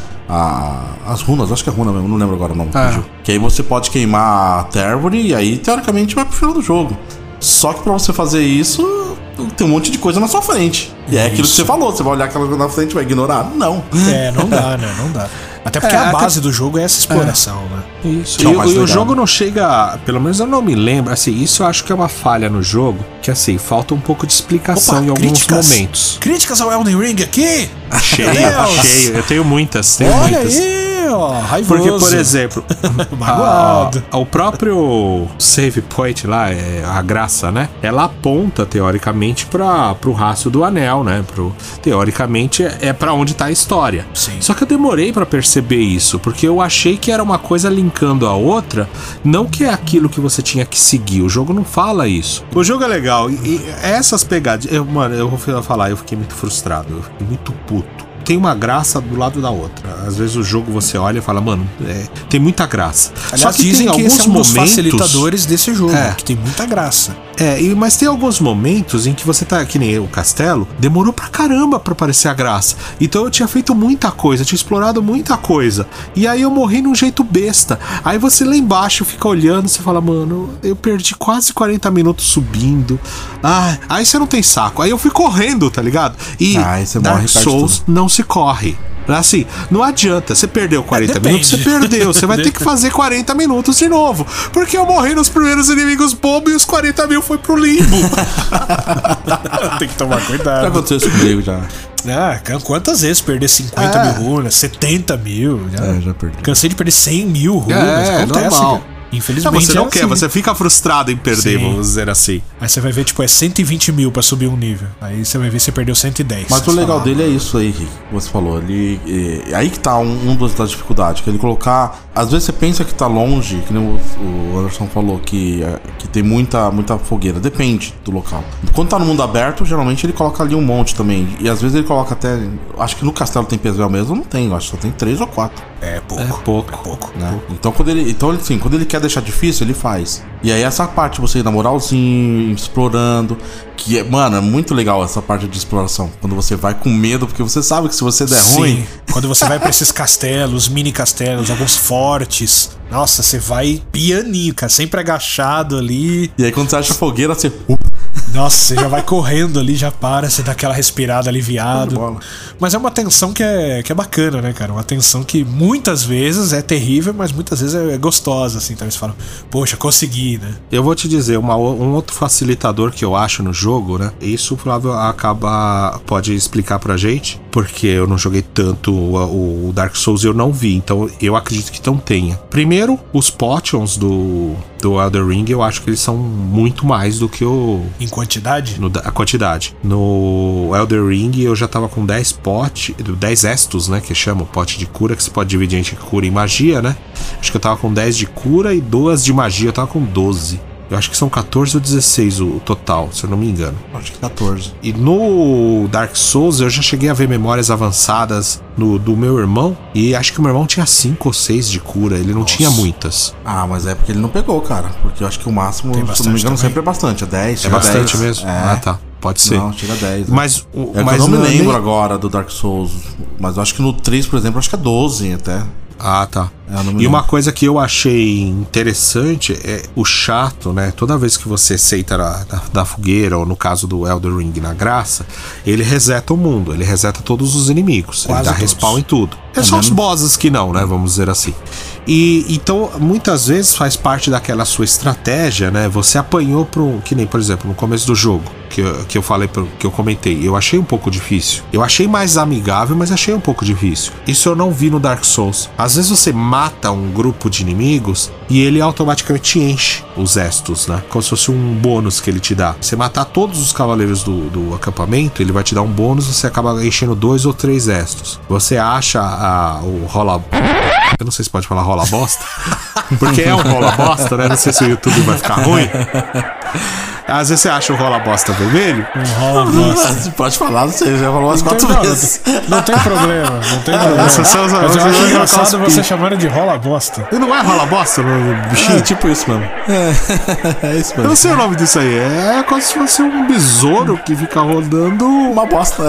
as runas, acho que é runa mesmo, não lembro agora o nome. Que aí você pode queimar a Tervory e aí teoricamente vai pro final do jogo. Só que pra você fazer isso, tem um monte de coisa na sua frente. E é aquilo que você falou, você vai olhar aquela coisa na frente e vai ignorar? Não. Não dá, né? Não dá. Até porque a base do jogo é essa exploração, né? Isso. E o jogo não chega, pelo menos eu não me lembro, assim, isso eu acho que é uma falha no jogo, que assim, falta um pouco de explicação em alguns momentos. Críticas ao Elden Ring aqui? Cheio. Eu tenho muitas. Olha aí, ó, raivoso. Porque, por exemplo, o próprio save point lá, a graça, né? Ela aponta, teoricamente, pro rastro do anel, né? Teoricamente, é pra onde tá a história. Sim. Só que eu demorei pra perceber isso, porque eu achei que era uma coisa linkando a outra, não que é aquilo que você tinha que seguir. O jogo não fala isso. O jogo é legal, e essas pegadas... eu vou falar, eu fiquei muito frustrado, eu fiquei muito puto. Tem uma graça do lado da outra. Às vezes o jogo você olha e fala, mano, tem muita graça. Aliás, só que dizem tem que alguns esse é um dos momentos facilitadores desse jogo, que tem muita graça. Mas tem alguns momentos em que você tá, que nem o castelo, demorou pra caramba pra aparecer a graça. Então eu tinha feito muita coisa, tinha explorado muita coisa. E aí eu morri num jeito besta. Aí você lá embaixo fica olhando, você fala, mano, eu perdi quase 40 minutos subindo. Aí você não tem saco. Aí eu fui correndo, tá ligado? E Dark Souls não se corre. Assim, não adianta, você perdeu 40 minutos, você perdeu, você vai ter que fazer 40 minutos de novo, porque eu morri nos primeiros inimigos bobos e os 40 mil foi pro limbo. Tem que tomar cuidado. Já aconteceu isso comigo já. Quantas vezes perder 50 mil runas, 70 mil? Já perdi. Cansei de perder 100 mil runas, acontece, normal. Cara. Infelizmente você não assim. quer, você fica frustrado em perder, vamos dizer assim. Aí você vai ver, é 120 mil pra subir um nível. Aí você vai ver, você perdeu 110. Mas o legal dele é isso aí, Rick, que você falou. Aí que tá um das dificuldades, que ele colocar... Às vezes você pensa que tá longe, que nem o Anderson falou, que tem muita fogueira. Depende do local. Quando tá no mundo aberto, geralmente ele coloca ali um monte também. E às vezes ele coloca até... Acho que no castelo tem Pesvel mesmo, não tem. Acho que só tem 3 ou 4. É pouco. Né? Então quando ele quer deixar difícil, ele faz. E aí essa parte, você ir na moralzinho, explorando, que mano, é muito legal essa parte de exploração. Quando você vai com medo, porque você sabe que se você der ruim... Quando você vai pra esses castelos, mini castelos, alguns fortes... Nossa, você vai pianinho, cara, sempre agachado ali. E aí quando você acha fogueira, você... Nossa, você já vai correndo ali, já para, você dá aquela respirada aliviado. Mas é uma tensão que é bacana, né, cara? Uma tensão que muitas vezes é terrível, mas muitas vezes é gostosa, assim. Então você fala, poxa, consegui, né? Eu vou te dizer, um outro facilitador que eu acho no jogo, né? Isso o Flávio pode explicar pra gente, porque eu não joguei tanto o Dark Souls e eu não vi, então eu acredito que não tenha. Primeiro, os potions do Elden Ring, eu acho que eles são muito mais do que Em quantidade? A quantidade. No Elden Ring eu já tava com 10 estus, né? Que chama o pote de cura, que você pode dividir entre cura e magia, né? Acho que eu tava com 10 de cura e 2 de magia, eu tava com 12. Eu acho que são 14 ou 16 o total, se eu não me engano. Acho que 14. E no Dark Souls eu já cheguei a ver memórias avançadas do meu irmão. E acho que o meu irmão tinha 5 ou 6 de cura, ele não tinha muitas. Mas é porque ele não pegou, cara. Porque eu acho que o máximo, se não me engano, sempre é bastante. É 10. É bastante 10. Mesmo? É. Tá. Pode ser. Não, chega a 10. Mas, eu não me lembro agora do Dark Souls. Mas eu acho que no 3, por exemplo, acho que é 12 até. Ah, tá. E uma coisa que eu achei interessante é o chato, né? Toda vez que você senta na fogueira, ou no caso do Elden Ring na graça, ele reseta o mundo, ele reseta todos os inimigos. Quase ele dá respawn em tudo. É só os bosses que não, né? Vamos dizer assim. E então, muitas vezes faz parte daquela sua estratégia, né? Você apanhou que nem, por exemplo, no começo do jogo, que eu falei, que eu comentei, eu achei um pouco difícil. Eu achei mais amigável, mas achei um pouco difícil. Isso eu não vi no Dark Souls. Às vezes você mata um grupo de inimigos e ele automaticamente enche os Estus, né? Como se fosse um bônus que ele te dá. Você matar todos os cavaleiros do acampamento, ele vai te dar um bônus, você acaba enchendo 2 ou 3 Estus. Você acha o rola... Eu não sei se pode falar rola bosta, porque é um rola bosta, né? Não sei se o YouTube vai ficar ruim. Às vezes você acha o rola bosta vermelho. Rola bosta. Pode falar, não sei, já falou umas 4 vezes. Não tem problema, não tem problema. Mas eu acho engraçado você chamar de rola bosta. E não é rola bosta no bichinho? É tipo isso mesmo. É isso mesmo. Eu não sei o nome disso aí. É como se fosse um besouro que fica rodando. Uma bosta,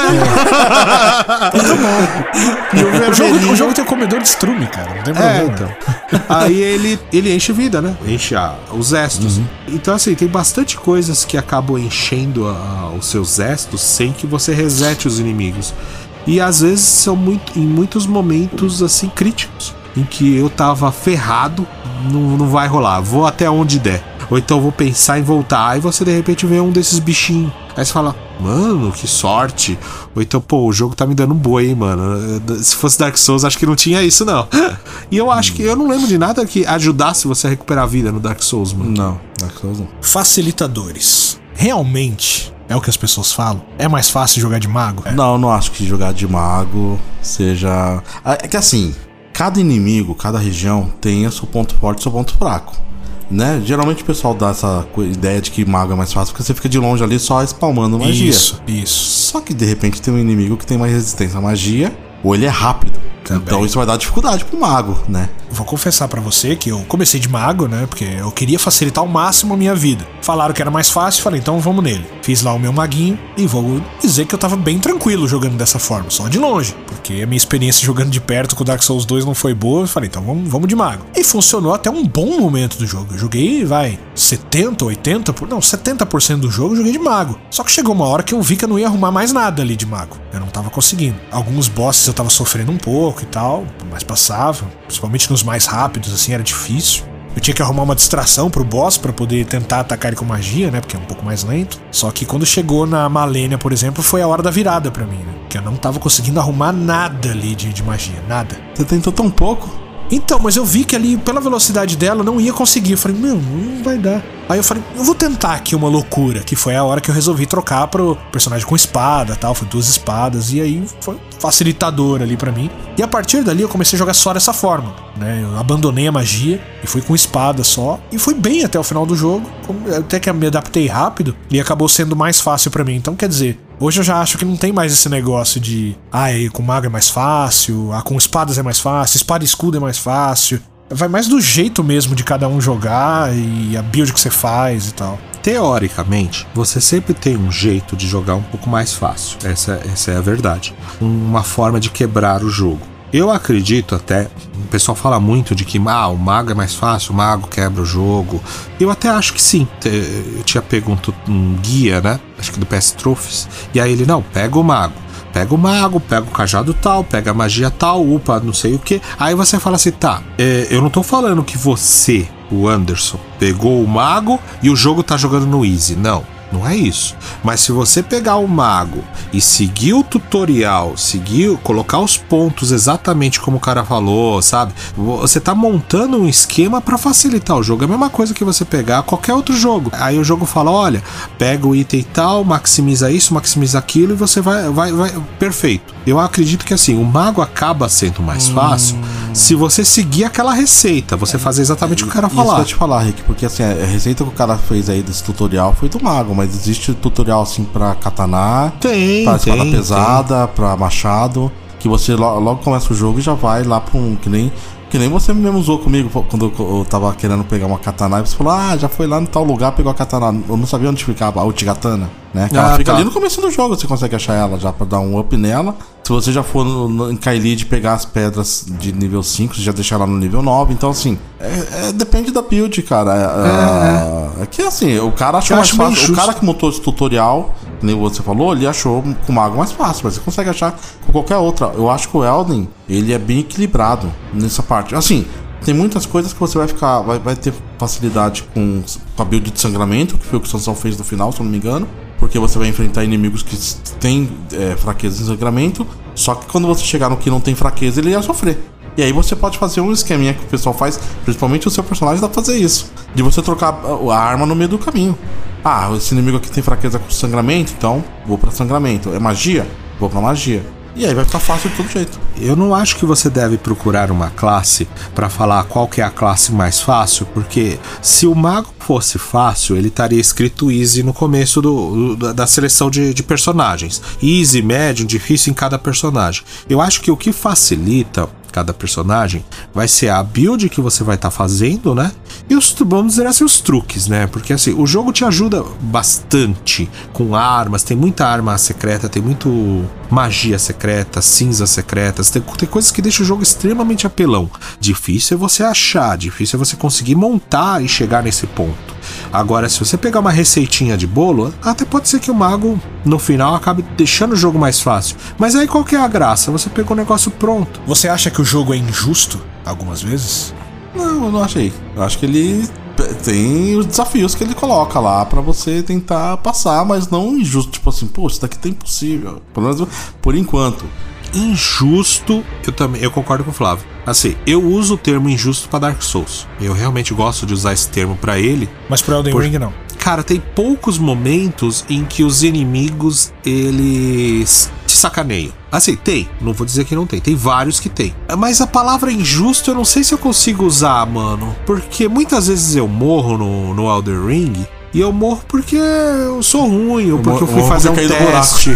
Muito bom. E o jogo tem um comedor de estrume, cara. Não tem problema. Então. Aí ele enche vida, né? Enche os Estus. Então, assim, tem bastante coisas que acabam enchendo os seus Estus sem que você resete os inimigos. E às vezes são em muitos momentos assim críticos, em que eu tava ferrado, não vai rolar, vou até onde der. Ou então vou pensar em voltar, aí você de repente vê um desses bichinhos. Aí você fala, mano, que sorte. Ou então, pô, o jogo tá me dando um boi, hein, mano. Se fosse Dark Souls, acho que não tinha isso, não. E eu acho que eu não lembro de nada que ajudasse você a recuperar a vida no Dark Souls, mano. Não, Dark Souls não. Facilitadores. Realmente, é o que as pessoas falam? É mais fácil jogar de mago? Não, eu não acho que jogar de mago seja... É que assim, cada inimigo, cada região tem o seu ponto forte e o seu ponto fraco. Né? Geralmente o pessoal dá essa ideia de que mago é mais fácil porque você fica de longe ali só spamando magia. Isso. Só que de repente tem um inimigo que tem mais resistência à magia, ou ele é rápido. Também. Então isso vai dar dificuldade pro mago, né? Vou confessar pra você que eu comecei de mago, né? Porque eu queria facilitar ao máximo a minha vida. Falaram que era mais fácil, falei, então vamos nele. Fiz lá o meu maguinho e vou dizer que eu tava bem tranquilo jogando dessa forma, só de longe. Porque a minha experiência jogando de perto com o Dark Souls 2 não foi boa. Eu falei, então vamos de mago. E funcionou até um bom momento do jogo. Eu joguei, 70% do jogo eu joguei de mago. Só que chegou uma hora que eu vi que eu não ia arrumar mais nada ali de mago. Eu não tava conseguindo. Alguns bosses eu tava sofrendo um pouco e tal, mas passava. Principalmente nos mais rápidos, assim, era difícil. Eu tinha que arrumar uma distração pro boss pra poder tentar atacar ele com magia, né? Porque é um pouco mais lento. Só que quando chegou na Malenia, por exemplo, foi a hora da virada pra mim, né? Que eu não tava conseguindo arrumar nada ali de magia, nada. Você tentou tão pouco? Então, mas eu vi que ali, pela velocidade dela, não ia conseguir. Eu falei, não vai dar. Aí eu falei, eu vou tentar aqui uma loucura, que foi a hora que eu resolvi trocar pro personagem com espada, tal, foi 2 espadas, e aí foi facilitador ali pra mim. E a partir dali eu comecei a jogar só dessa forma, né? Eu abandonei a magia e fui com espada só, e fui bem até o final do jogo, até que eu me adaptei rápido, e acabou sendo mais fácil pra mim. Então, quer dizer, hoje eu já acho que não tem mais esse negócio de com mago é mais fácil, com espadas é mais fácil, espada e escudo é mais fácil. Vai mais do jeito mesmo de cada um jogar e a build que você faz e tal. Teoricamente, você sempre tem um jeito de jogar um pouco mais fácil. Essa é a verdade. Uma forma de quebrar o jogo. Eu acredito até, o pessoal fala muito de que o mago é mais fácil, o mago quebra o jogo. Eu até acho que sim. Eu tinha pego um guia, né? Acho que do PS Trophies. E aí ele, não, pega o mago, pega o cajado tal, pega a magia tal, upa, não sei o que. Aí você fala assim, tá, eu não tô falando que você, o Anderson, pegou o mago e o jogo tá jogando no easy, não é isso. Mas se você pegar o mago e seguir o tutorial, colocar os pontos exatamente como o cara falou, sabe? Você tá montando um esquema pra facilitar o jogo. É a mesma coisa que você pegar qualquer outro jogo. Aí o jogo fala, olha, pega o item tal, maximiza isso, maximiza aquilo e você vai perfeito. Eu acredito que assim, o mago acaba sendo mais fácil se você seguir aquela receita, você fazer exatamente o que o cara falar. Isso que eu te falar, Rick, porque assim, a receita que o cara fez aí desse tutorial foi do mago, mas existe tutorial assim pra katana, pra espada pesada, pra machado, que você logo começa o jogo e já vai lá pra que nem Que nem você mesmo usou comigo quando eu tava querendo pegar uma katana. E você falou, já foi lá no tal lugar, pegou a katana. Eu não sabia onde ficava a Uchigatana, né? Que ela fica ali no começo do jogo, você consegue achar ela já pra dar um up nela. Se você já for em Kaelid pegar as pedras de nível 5, você já deixa ela no nível 9. Então, assim, depende da build, cara. É que, assim, o cara achou mais fácil. O cara que montou esse tutorial, que nem você falou, ele achou com o mago mais fácil. Mas você consegue achar com qualquer outra. Eu acho que o Elden, ele é bem equilibrado nessa parte. Assim, tem muitas coisas que você vai ter facilidade com a build de sangramento, que foi o que o Sansão fez no final, se eu não me engano. Porque você vai enfrentar inimigos que têm fraqueza em sangramento. Só que quando você chegar no que não tem fraqueza, ele ia sofrer. E aí você pode fazer um esqueminha que o pessoal faz, principalmente o seu personagem dá pra fazer isso. De você trocar a arma no meio do caminho. Esse inimigo aqui tem fraqueza com sangramento, então vou pra sangramento. É magia? Vou pra magia. E aí vai ficar fácil de todo jeito. Eu não acho que você deve procurar uma classe pra falar qual que é a classe mais fácil, porque se o mago fosse fácil, ele estaria escrito easy no começo da seleção de personagens. Easy, médio, difícil em cada personagem. Eu acho que o que facilita cada personagem vai ser a build que você vai estar fazendo, né? E vamos dizer assim, os truques, né? Porque assim, o jogo te ajuda bastante com armas, tem muita arma secreta, tem muito magia secreta, cinzas secretas, tem coisas que deixam o jogo extremamente apelão. Difícil é você achar, difícil é você conseguir montar e chegar nesse ponto. Agora, se você pegar uma receitinha de bolo, até pode ser que o mago, no final, acabe deixando o jogo mais fácil. Mas aí qual que é a graça? Você pegou o negócio pronto. Você acha que o jogo é injusto algumas vezes? Não, eu não achei. Eu acho que ele tem os desafios que ele coloca lá pra você tentar passar, mas não injusto, tipo assim, pô, isso daqui tá impossível. Pelo menos por enquanto. Injusto, eu concordo com o Flávio. Assim, eu uso o termo injusto pra Dark Souls. Eu realmente gosto de usar esse termo pra ele. Mas pro Elden Ring não. Cara, tem poucos momentos em que os inimigos, eles te sacaneiam. Assim, tem. Não vou dizer que não tem. Tem vários que tem. Mas a palavra injusto eu não sei se eu consigo usar, mano. Porque muitas vezes eu morro no Elden Ring. E eu morro porque eu sou ruim, ou porque eu fui fazer um teste.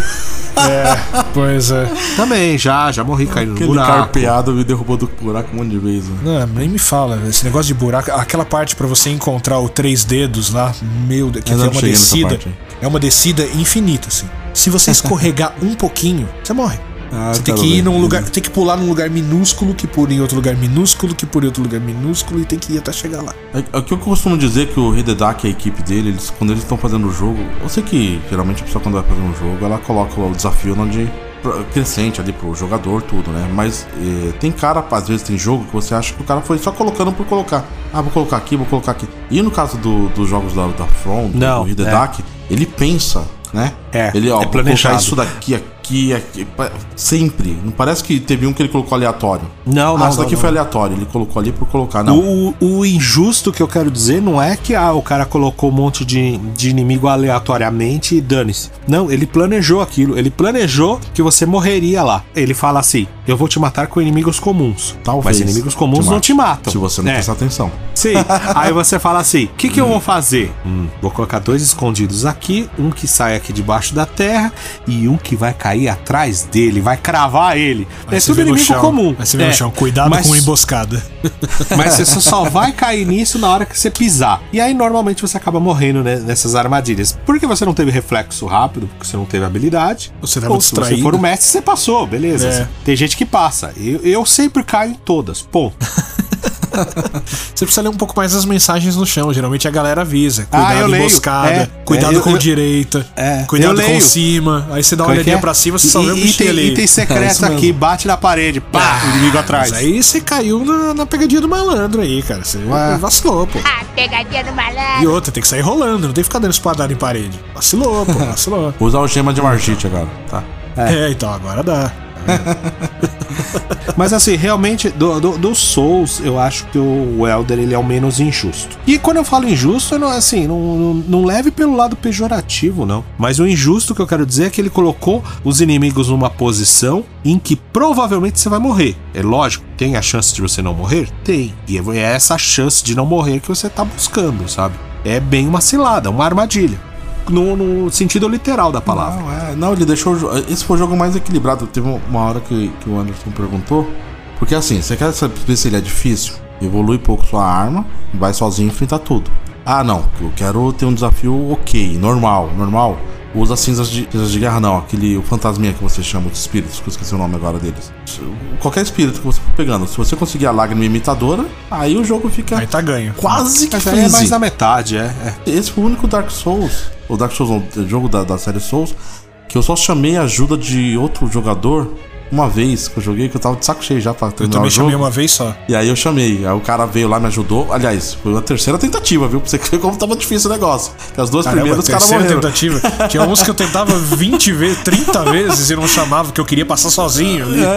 Pois é. Também, já morri caindo no buraco. Aquele carpeado me derrubou do buraco um monte de vezes. Né? Não, nem me fala. Esse negócio de buraco, aquela parte pra você encontrar o 3 dedos lá, meu Deus, que é uma descida. É uma descida infinita, assim. Se você escorregar um pouquinho, você morre. Você tem que ir num lugar, tem que pular num lugar minúsculo, que pula em outro lugar minúsculo, que pula em outro lugar minúsculo, e tem que ir até chegar lá. É que eu costumo dizer que o Hideaki e a equipe dele, quando eles estão fazendo o jogo, eu sei que geralmente a pessoa quando vai fazer um jogo, ela coloca o desafio onde crescente ali pro jogador, tudo, né? Mas tem cara, às vezes tem jogo que você acha que o cara foi só colocando por colocar. Vou colocar aqui, vou colocar aqui. E no caso dos jogos da From, do Hideaki, ele pensa, né? Ele, vou colocar isso daqui, sempre. Não parece que teve um que ele colocou aleatório. Não, isso daqui foi aleatório. Ele colocou ali por colocar. Não. O injusto que eu quero dizer não é que o cara colocou um monte de inimigo aleatoriamente e dane-se. Não, ele planejou aquilo. Ele planejou que você morreria lá. Ele fala assim: eu vou te matar com inimigos comuns. Talvez. Mas inimigos comuns não te matam. Se você não prestar atenção. Sim. Aí você fala assim: o que eu vou fazer? Vou colocar 2 escondidos aqui, um que sai aqui debaixo da terra e um que vai cair atrás dele, vai cravar ele. É tudo inimigo comum. Vai se ver no chão. Cuidado com a emboscada. Mas você só vai cair nisso na hora que você pisar. E aí normalmente você acaba morrendo, né, nessas armadilhas. Porque você não teve reflexo rápido, porque você não teve habilidade. Você tava distraído. Se você for o mestre, você passou, beleza. Tem gente que passa. Eu sempre caio em todas. Ponto. Você precisa ler um pouco mais as mensagens no chão. Geralmente a galera avisa. Cuidado com emboscada, cuidado com direita, cuidado com cima. Aí você dá uma olhadinha pra cima, você só vê o bichinho ali. Item secreto aqui, bate na parede, pá, o inimigo atrás. Mas aí você caiu na pegadinha do malandro aí, cara. Você vacilou, pô. Pegadinha do malandro. E outra, tem que sair rolando, não tem que ficar dando espadada em parede. Vacilou, pô, vacilou. Usar o gema de Margit agora, tá? Então agora dá. Mas assim, realmente, do Souls, eu acho que o Elder, ele é o menos injusto. E quando eu falo injusto, não leve pelo lado pejorativo, não. Mas o injusto que eu quero dizer é que ele colocou os inimigos numa posição em que provavelmente você vai morrer. É lógico, tem a chance de você não morrer? Tem. E é essa chance de não morrer que você tá buscando, sabe? É bem uma cilada, uma armadilha. No sentido literal da palavra. Não, ele deixou. Esse foi o jogo mais equilibrado. Teve uma hora que o Anderson perguntou Porque assim, você quer saber se ele é difícil? Evolui pouco sua arma, vai sozinho enfrentar tudo. Ah, não, eu quero ter um desafio ok, normal. Usa cinzas de guerra, não. O fantasminha que você chama de espíritos, que eu esqueci o nome agora deles. Qualquer espírito que você for pegando, se você conseguir a lágrima imitadora, aí o jogo fica. Aí tá ganho. Quase que é mais da metade, Esse foi o único Dark Souls, o jogo da série Souls, que eu só chamei a ajuda de outro jogador. Uma vez que eu joguei, que eu tava de saco cheio já pra terminar o jogo. Eu também chamei uma vez só. E aí eu chamei, aí o cara veio lá, me ajudou. Aliás, foi a terceira tentativa, viu? Pra você ver como tava difícil o negócio. Porque as duas primeiras os caras morreram. Tentativa. Tinha uns que eu tentava 20 vezes, 30 vezes e não chamava, que eu queria passar sozinho ali.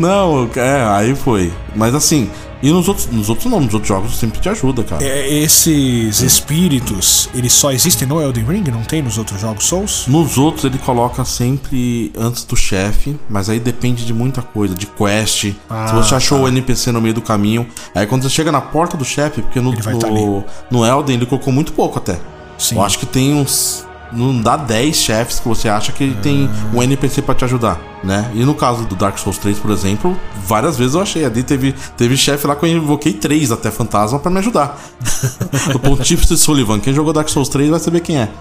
Aí foi. Mas assim, e nos outros jogos sempre te ajuda, cara. Esses espíritos, eles só existem no Elden Ring? Não tem nos outros jogos Souls? Nos outros ele coloca sempre antes do chefe, mas aí depende de muita coisa, de quest. Se você achou o NPC no meio do caminho, aí quando você chega na porta do chefe, porque no Elden ele colocou muito pouco até. Sim. Eu acho que tem uns... Não dá 10 chefes que você acha que tem um NPC pra te ajudar, né? E no caso do Dark Souls 3, por exemplo, várias vezes eu achei. Ali teve chefe lá que eu invoquei 3 até fantasma pra me ajudar. Do Pontífice Sullivan. Quem jogou Dark Souls 3 vai saber quem é.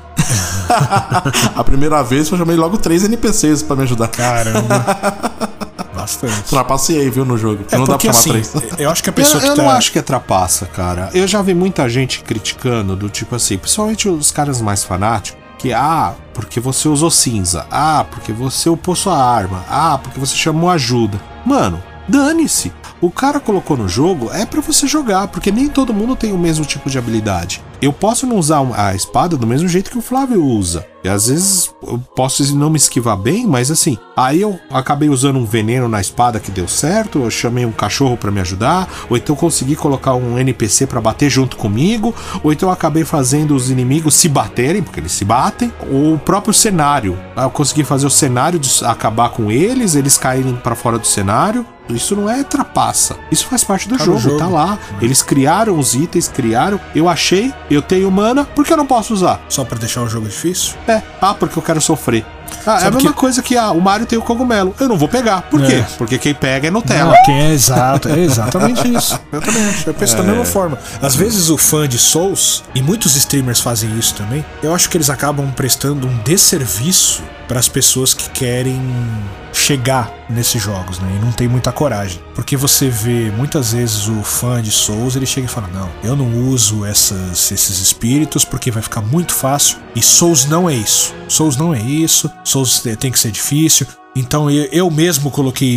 A primeira vez eu chamei logo 3 NPCs pra me ajudar. Caramba. Bastante. Trapaceei, viu, no jogo. Não dá pra chamar assim, 3. Eu acho que a pessoa eu não acho que é trapaça, cara. Eu já vi muita gente criticando do tipo assim, principalmente os caras mais fanáticos, que, porque você usou cinza, porque você upou sua arma, porque você chamou ajuda. Mano, dane-se. O cara colocou no jogo é pra você jogar, porque nem todo mundo tem o mesmo tipo de habilidade. Eu posso não usar a espada do mesmo jeito que o Flávio usa. E às vezes eu posso não me esquivar bem, mas assim, aí eu acabei usando um veneno na espada que deu certo, eu chamei um cachorro pra me ajudar, ou então consegui colocar um NPC pra bater junto comigo, ou então eu acabei fazendo os inimigos se baterem, porque eles se batem, ou o próprio cenário. Eu consegui fazer o cenário acabar com eles caírem pra fora do cenário. Isso não é trapaça. Isso faz parte do jogo, tá lá. Eles criaram os itens, eu achei, eu tenho mana, por que eu não posso usar? Só pra deixar o jogo difícil? Porque eu quero sofrer. É a mesma coisa que o Mario tem o cogumelo. Eu não vou pegar. Por quê? Porque quem pega é Nutella. É exatamente isso. Eu também acho. Eu penso da mesma forma. Às vezes o fã de Souls, e muitos streamers fazem isso também, eu acho que eles acabam prestando um desserviço para as pessoas que querem chegar nesses jogos, né? E não tem muita coragem. Porque você vê muitas vezes o fã de Souls, ele chega e fala: não, eu não uso esses espíritos porque vai ficar muito fácil. E Souls não é isso. Souls não é isso. Souls tem que ser difícil. Então eu mesmo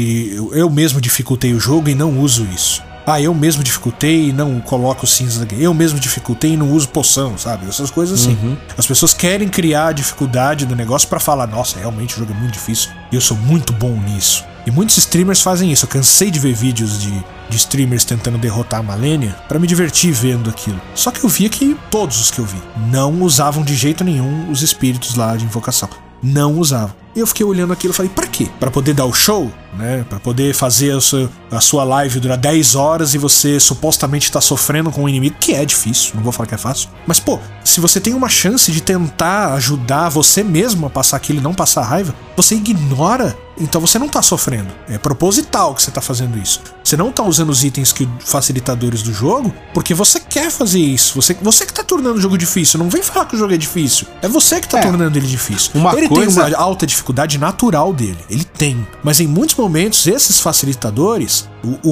dificultei o jogo e não uso isso. Eu mesmo dificultei e não coloco cinza aqui. Eu mesmo dificultei e não uso poção, sabe? Essas coisas assim. As pessoas querem criar a dificuldade do negócio pra falar: nossa, realmente o jogo é muito difícil e eu sou muito bom nisso. E muitos streamers fazem isso. Eu cansei de ver vídeos de streamers tentando derrotar a Malenia pra me divertir vendo aquilo. Só que eu via que todos os que eu vi não usavam de jeito nenhum os espíritos lá de invocação. Não usavam. E eu fiquei olhando aquilo e falei: pra quê? Pra poder dar o show? Né? Pra poder fazer a sua live durar 10 horas e você supostamente tá sofrendo com um inimigo, que é difícil, não vou falar que é fácil. Mas se você tem uma chance de tentar ajudar você mesmo a passar aquilo e não passar raiva, você ignora, então você não tá sofrendo. É proposital que você tá fazendo isso. Você não tá usando os itens facilitadores do jogo porque você quer fazer isso. Você que tá tornando o jogo difícil. Não vem falar que o jogo é difícil. É você que tá tornando ele difícil. Ele tem uma alta dificuldade natural dele. Ele tem. Mas em muitos momentos, esses facilitadores,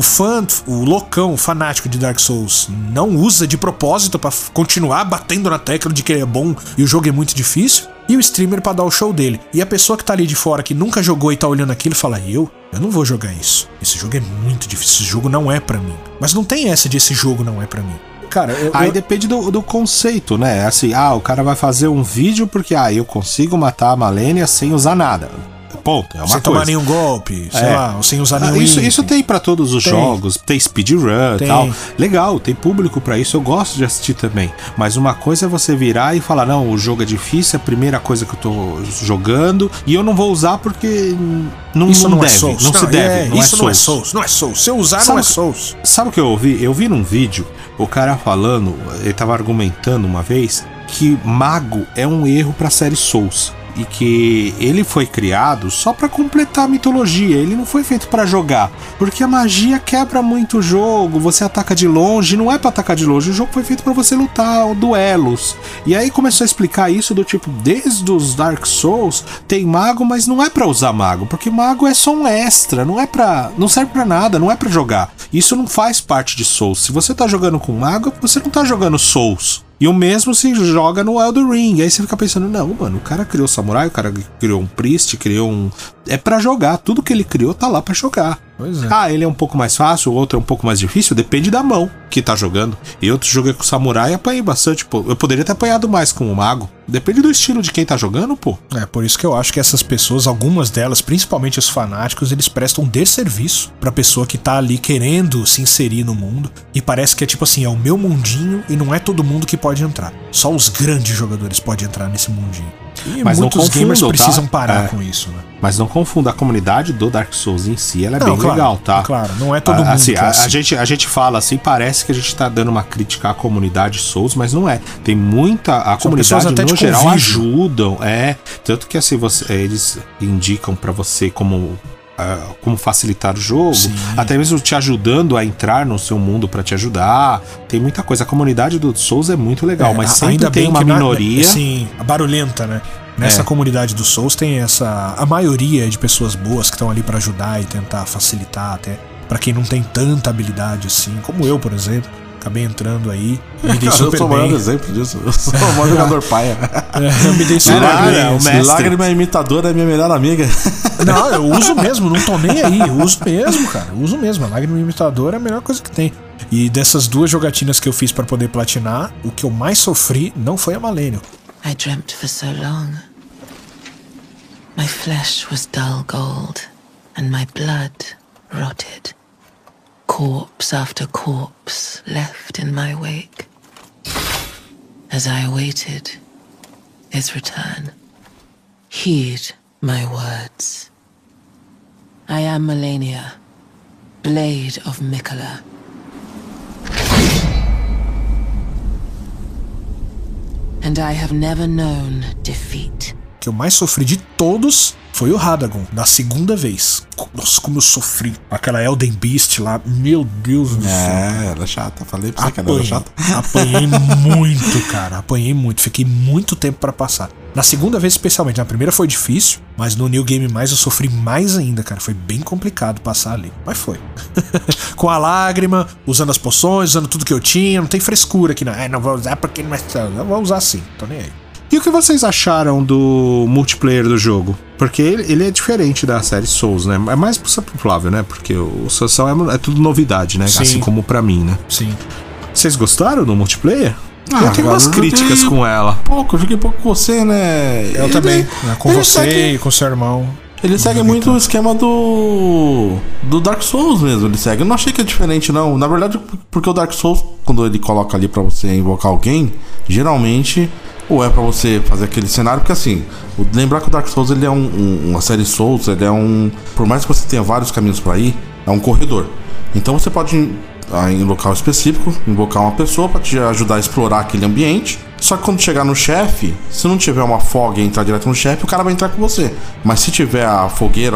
o loucão, o fanático de Dark Souls, não usa de propósito pra continuar batendo na tecla de que ele é bom e o jogo é muito difícil. E o streamer pra dar o show dele. E a pessoa que tá ali de fora, que nunca jogou e tá olhando aquilo, fala: eu não vou jogar isso. Esse jogo é muito difícil, esse jogo não é pra mim. Mas não tem essa de esse jogo não é pra mim. Cara, aí depende do conceito, né? Assim, o cara vai fazer um vídeo porque eu consigo matar a Malenia sem usar nada. Ponto, é uma sem tomar nenhum golpe, sei lá, ou sem usar nenhum isso tem pra todos os jogos, tem speedrun e tal. Legal, tem público pra isso, eu gosto de assistir também. Mas uma coisa é você virar e falar: não, o jogo é difícil, é a primeira coisa que eu tô jogando e eu não vou usar porque não deve, é Souls. Não se deve, isso não é Souls. Não é Souls, se eu usar não é Souls. Sabe o que eu ouvi? Eu vi num vídeo o cara falando, ele tava argumentando uma vez que mago é um erro pra série Souls. e que ele foi criado só pra completar a mitologia, ele não foi feito pra jogar, porque a magia quebra muito o jogo, você ataca de longe, não é pra atacar de longe, o jogo foi feito pra você lutar, duelos. E aí começou a explicar isso do tipo, desde os Dark Souls tem mago, mas não é pra usar mago, porque mago é só um extra, não serve pra nada, não é pra jogar. Isso não faz parte de Souls. Se você tá jogando com mago, você não tá jogando Souls. E o mesmo se joga no Elden Ring. Aí você fica pensando, não, mano, o cara criou samurai, o cara criou um priest, criou um... É pra jogar, tudo que ele criou tá lá pra jogar. Pois é. Ah, ele é um pouco mais fácil, o outro é um pouco mais difícil, depende da mão que tá jogando. Eu joguei com o samurai e apanhei bastante, pô. Eu poderia ter apanhado mais com o mago. Depende do estilo de quem tá jogando, pô. É, por isso que eu acho que essas pessoas, algumas delas, principalmente os fanáticos, eles prestam desserviço pra pessoa que tá ali querendo se inserir no mundo. E parece que é tipo assim, é o meu mundinho e não é todo mundo que pode entrar. Só os grandes jogadores podem entrar nesse mundinho. E mas muitos gamers precisam tá? parar com isso, né? Mas não confunda, a comunidade do Dark Souls em si, ela é bem claro, legal, tá? Claro, não é todo mundo assim, que é assim. A gente fala assim, parece que a gente tá dando uma crítica à comunidade Souls, mas não é. Tem muita... A comunidade, no geral, ajudam. Tanto que assim, eles indicam pra você como facilitar o jogo, sim, até mesmo te ajudando a entrar no seu mundo pra te ajudar. Tem muita coisa. A comunidade do Souls é muito legal, mas sempre ainda tem uma minoria. Sim, barulhenta, né? Nessa comunidade do Souls tem a maioria de pessoas boas que estão ali pra ajudar e tentar facilitar até pra quem não tem tanta habilidade assim, como eu, por exemplo. Acabei entrando aí, me dei super bem. Eu sou o maior exemplo disso. Eu sou o maior jogador paia. Eu me dei super bem. Lágrima imitadora é minha melhor amiga. Não, eu uso mesmo, não tô nem aí. Eu uso mesmo, cara. Eu uso mesmo. A lágrima imitadora é a melhor coisa que tem. E dessas 2 jogatinas que eu fiz pra poder platinar, o que eu mais sofri não foi a Malenia. I dreamt for so long. My flesh was dull gold, and my blood rotted. Corpse after corpse left in my wake. As I awaited his return, heed my words. I am Malenia, Blade of Miquella. And I have never known defeat. O que eu mais sofri de todos foi o Radagon, na segunda vez. Nossa, como eu sofri. Aquela Elden Beast lá, meu Deus do céu. Era chata, falei pra você que era chata. Apanhei muito, cara, apanhei muito. Fiquei muito tempo pra passar. Na segunda vez especialmente, na primeira foi difícil, mas no New Game Mais eu sofri mais ainda, cara. Foi bem complicado passar ali, mas foi. Com a lágrima, usando as poções, usando tudo que eu tinha. Não tem frescura aqui não. Não vou usar porque não é... Eu vou usar sim, tô nem aí. E o que vocês acharam do multiplayer do jogo? Porque ele é diferente da série Souls, né? É mais pro Flávio, né? Porque o Sansão é tudo novidade, né? Sim. Assim como pra mim, né? Sim. Vocês gostaram do multiplayer? Eu tenho umas críticas com ela. Eu joguei pouco com você, né? Eu também. Com você e com seu irmão. Ele segue muito o esquema do Dark Souls mesmo, ele segue. Eu não achei que é diferente, não. Na verdade, porque o Dark Souls, quando ele coloca ali pra você invocar alguém, geralmente... ou é pra você fazer aquele cenário, porque assim, lembrar que o Dark Souls ele é uma série Souls, ele é por mais que você tenha vários caminhos pra ir, é um corredor. Então você pode em local específico, invocar uma pessoa pra te ajudar a explorar aquele ambiente. Só que quando chegar no chefe, se não tiver uma foga e entrar direto no chefe, o cara vai entrar com você. Mas se tiver a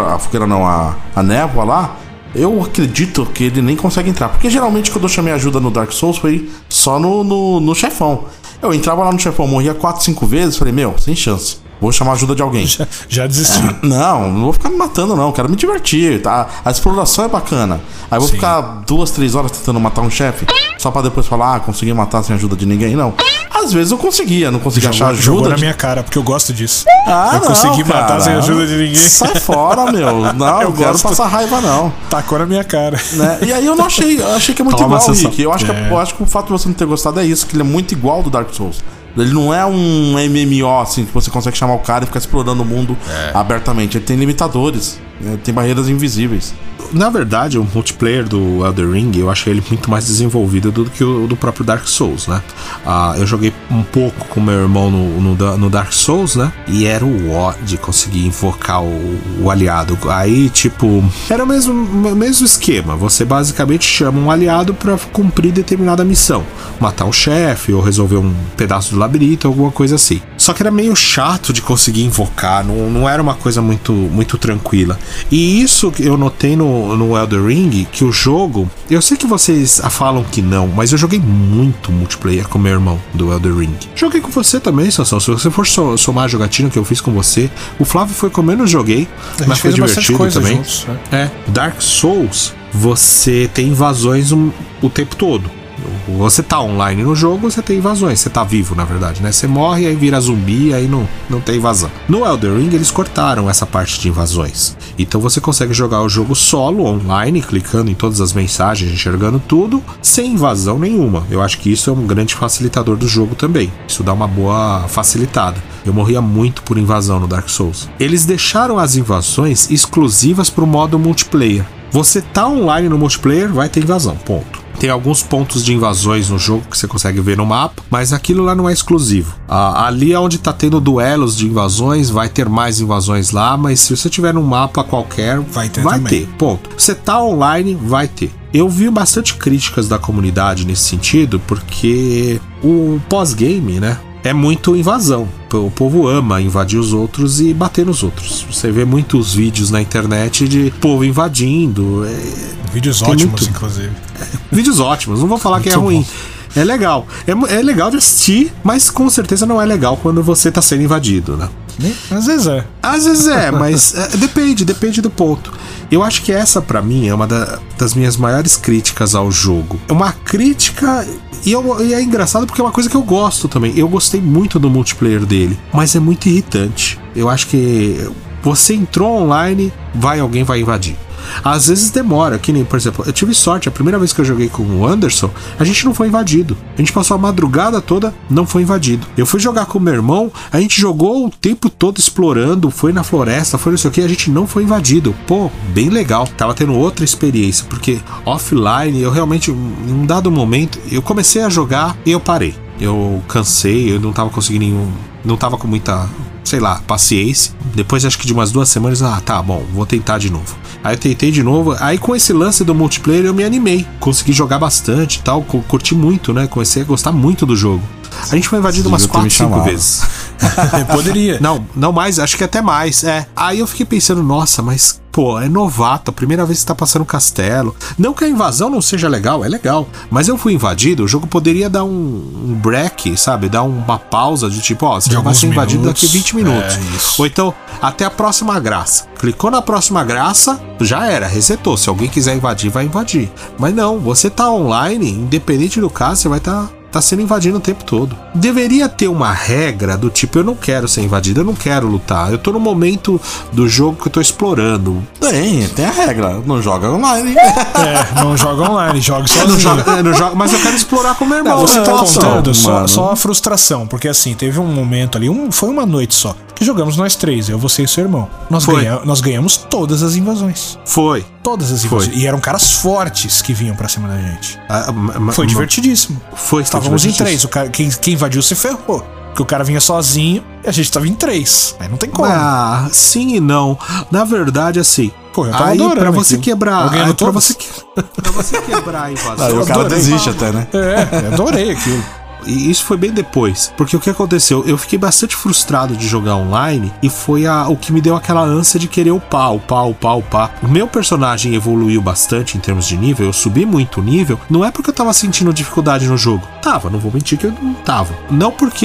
névoa lá, eu acredito que ele nem consegue entrar. Porque geralmente quando eu chamei ajuda no Dark Souls foi só no chefão. Eu entrava lá no chefão, morria 4, 5 vezes, falei, sem chance. Vou chamar ajuda de alguém. Já desisti. Não vou ficar me matando, não. Quero me divertir, tá? A exploração é bacana. Aí eu vou ficar 2, 3 horas tentando matar um chefe, só pra depois falar, consegui matar sem ajuda de ninguém, não. Às vezes eu conseguia, não conseguia achar ajuda. Jogou na minha cara, porque eu gosto disso. Eu consegui matar sem ajuda de ninguém. Sai fora, meu. Não, eu quero passar raiva, não. Tacou na minha cara. Né? E aí eu não achei, eu achei que é muito igual, Rick. Eu acho que o fato de você não ter gostado é isso, que ele é muito igual ao do Dark Souls. Ele não é um MMO, assim, que você consegue chamar o cara e ficar explorando o mundo abertamente. Ele tem limitadores, tem barreiras invisíveis. Na verdade, o multiplayer do Elden Ring, eu achei ele muito mais desenvolvido do que o do próprio Dark Souls, né? Eu joguei um pouco com meu irmão no Dark Souls, né? E era o ó de conseguir invocar o aliado. Aí, tipo, era o mesmo esquema. Você basicamente chama um aliado pra cumprir determinada missão. Matar um chefe ou resolver um pedaço do labirinto, alguma coisa assim. Só que era meio chato de conseguir invocar, não era uma coisa muito tranquila. E isso eu notei no Elden Ring, que o jogo... Eu sei que vocês falam que não, mas eu joguei muito multiplayer com meu irmão do Elden Ring. Joguei com você também, Sansão. Se você for somar a jogatina que eu fiz com você, o Flávio foi com menos joguei, mas foi divertido também. Juntos, né? Dark Souls, você tem invasões o tempo todo. Você tá online no jogo, você tem invasões. Você tá vivo, na verdade, né? Você morre, aí vira zumbi, aí não tem invasão. No Elden Ring, eles cortaram essa parte de invasões. Então você consegue jogar o jogo solo, online, clicando em todas as mensagens, enxergando tudo, sem invasão nenhuma. Eu acho que isso é um grande facilitador do jogo também. Isso dá uma boa facilitada. Eu morria muito por invasão no Dark Souls. Eles deixaram as invasões exclusivas pro modo multiplayer. Você tá online no multiplayer, vai ter invasão, ponto. Tem alguns pontos de invasões no jogo que você consegue ver no mapa, mas aquilo lá não é exclusivo. Ali é onde tá tendo duelos de invasões, vai ter mais invasões lá, mas se você tiver num mapa qualquer, vai ter, ponto. Você tá online, vai ter. Eu vi bastante críticas da comunidade nesse sentido, porque o pós-game, né, é muito invasão. O povo ama invadir os outros e bater nos outros. Você vê muitos vídeos na internet de povo invadindo. Vídeos ótimos, inclusive. Vídeos ótimos, não vou falar que é ruim. É legal. É legal de assistir, mas com certeza não é legal quando você tá sendo invadido, né? Às vezes é. Às vezes é, mas depende do ponto. Eu acho que essa, pra mim, é uma das minhas maiores críticas ao jogo. É uma crítica... E é engraçado porque é uma coisa que eu gosto também. Eu gostei muito do multiplayer dele, mas é muito irritante. Eu acho que você entrou online, alguém vai invadir. Às vezes demora, que nem, por exemplo, eu tive sorte, a primeira vez que eu joguei com o Anderson, a gente não foi invadido. A gente passou a madrugada toda, não foi invadido. Eu fui jogar com o meu irmão, a gente jogou o tempo todo explorando, foi na floresta, foi não sei o que, a gente não foi invadido. Pô, bem legal. Tava tendo outra experiência, porque offline, eu realmente, em um dado momento, eu comecei a jogar e eu parei. Eu cansei, eu não tava conseguindo não tava com muita, sei lá, paciência. Depois acho que de umas 2 semanas, tá bom, vou tentar de novo. Aí eu tentei de novo, aí com esse lance do multiplayer eu me animei, consegui jogar bastante e tal, curti muito, né, comecei a gostar muito do jogo. A gente foi invadido umas 4, 5 vezes. Poderia. Não mais, acho que até mais, Aí eu fiquei pensando, nossa, mas pô, é novato, a primeira vez que tá passando um castelo. Não que a invasão não seja legal, é legal. Mas eu fui invadido, o jogo poderia dar um break, sabe? Dar uma pausa de tipo, você vai ser invadido daqui 20 minutos. Ou então, até a próxima graça. Clicou na próxima graça, já era, resetou. Se alguém quiser invadir, vai invadir. Mas não, você tá online, independente do caso, você vai tá sendo invadido o tempo todo. Deveria ter uma regra do tipo, eu não quero ser invadido, eu não quero lutar. Eu tô no momento do jogo que eu tô explorando. Tem a regra, não joga online. Não joga online, joga sozinho. Não joga, mas eu quero explorar com o meu irmão. Você tá contando só a frustração, porque assim, teve um momento ali, foi uma noite só, que jogamos nós 3, eu, você e seu irmão. Nós ganhamos todas as invasões. Foi. Todas as invasões. E eram caras fortes que vinham pra cima da gente. Foi divertidíssimo. Estávamos em 3. Quem invadiu se ferrou. Porque o cara vinha sozinho e a gente tava em 3. Aí não tem como. Sim e não. Na verdade, assim. Pô, eu tava adorando. Pra você quebrar. Pra você quebrar a invasão. O cara desiste até, né? Eu adorei aquilo. E isso foi bem depois, porque o que aconteceu? Eu fiquei bastante frustrado de jogar online e foi o que me deu aquela ânsia de querer upar. O meu personagem evoluiu bastante em termos de nível, eu subi muito o nível, não é porque eu tava sentindo dificuldade no jogo. Não vou mentir que eu não tava. Não porque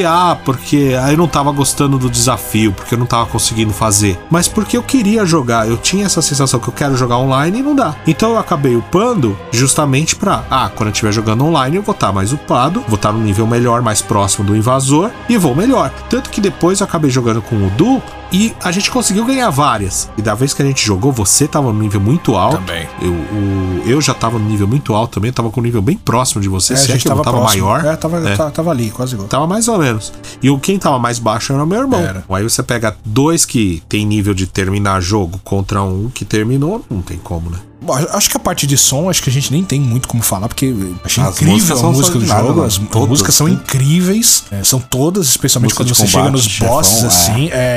eu não tava gostando do desafio, porque eu não tava conseguindo fazer, mas porque eu queria jogar, eu tinha essa sensação que eu quero jogar online e não dá. Então eu acabei upando justamente quando eu estiver jogando online eu vou estar mais upado, vou estar no nível melhor, mais próximo do invasor e vou melhor. Tanto que depois eu acabei jogando com o Du e a gente conseguiu ganhar várias. E da vez que a gente jogou, você tava no nível muito alto. Também. Eu já tava no nível muito alto também, tava com um nível bem próximo de você. Se é que eu tava maior. Tava ali, quase igual. Tava mais ou menos. E quem tava mais baixo era o meu irmão. Aí você pega 2 que tem nível de terminar jogo contra um que terminou, não tem como, né? Bom, acho que a parte de som, acho que a gente nem tem muito como falar, porque achei incrível a música do jogo. As músicas são incríveis, são todas, especialmente quando você chega nos bosses assim. Então.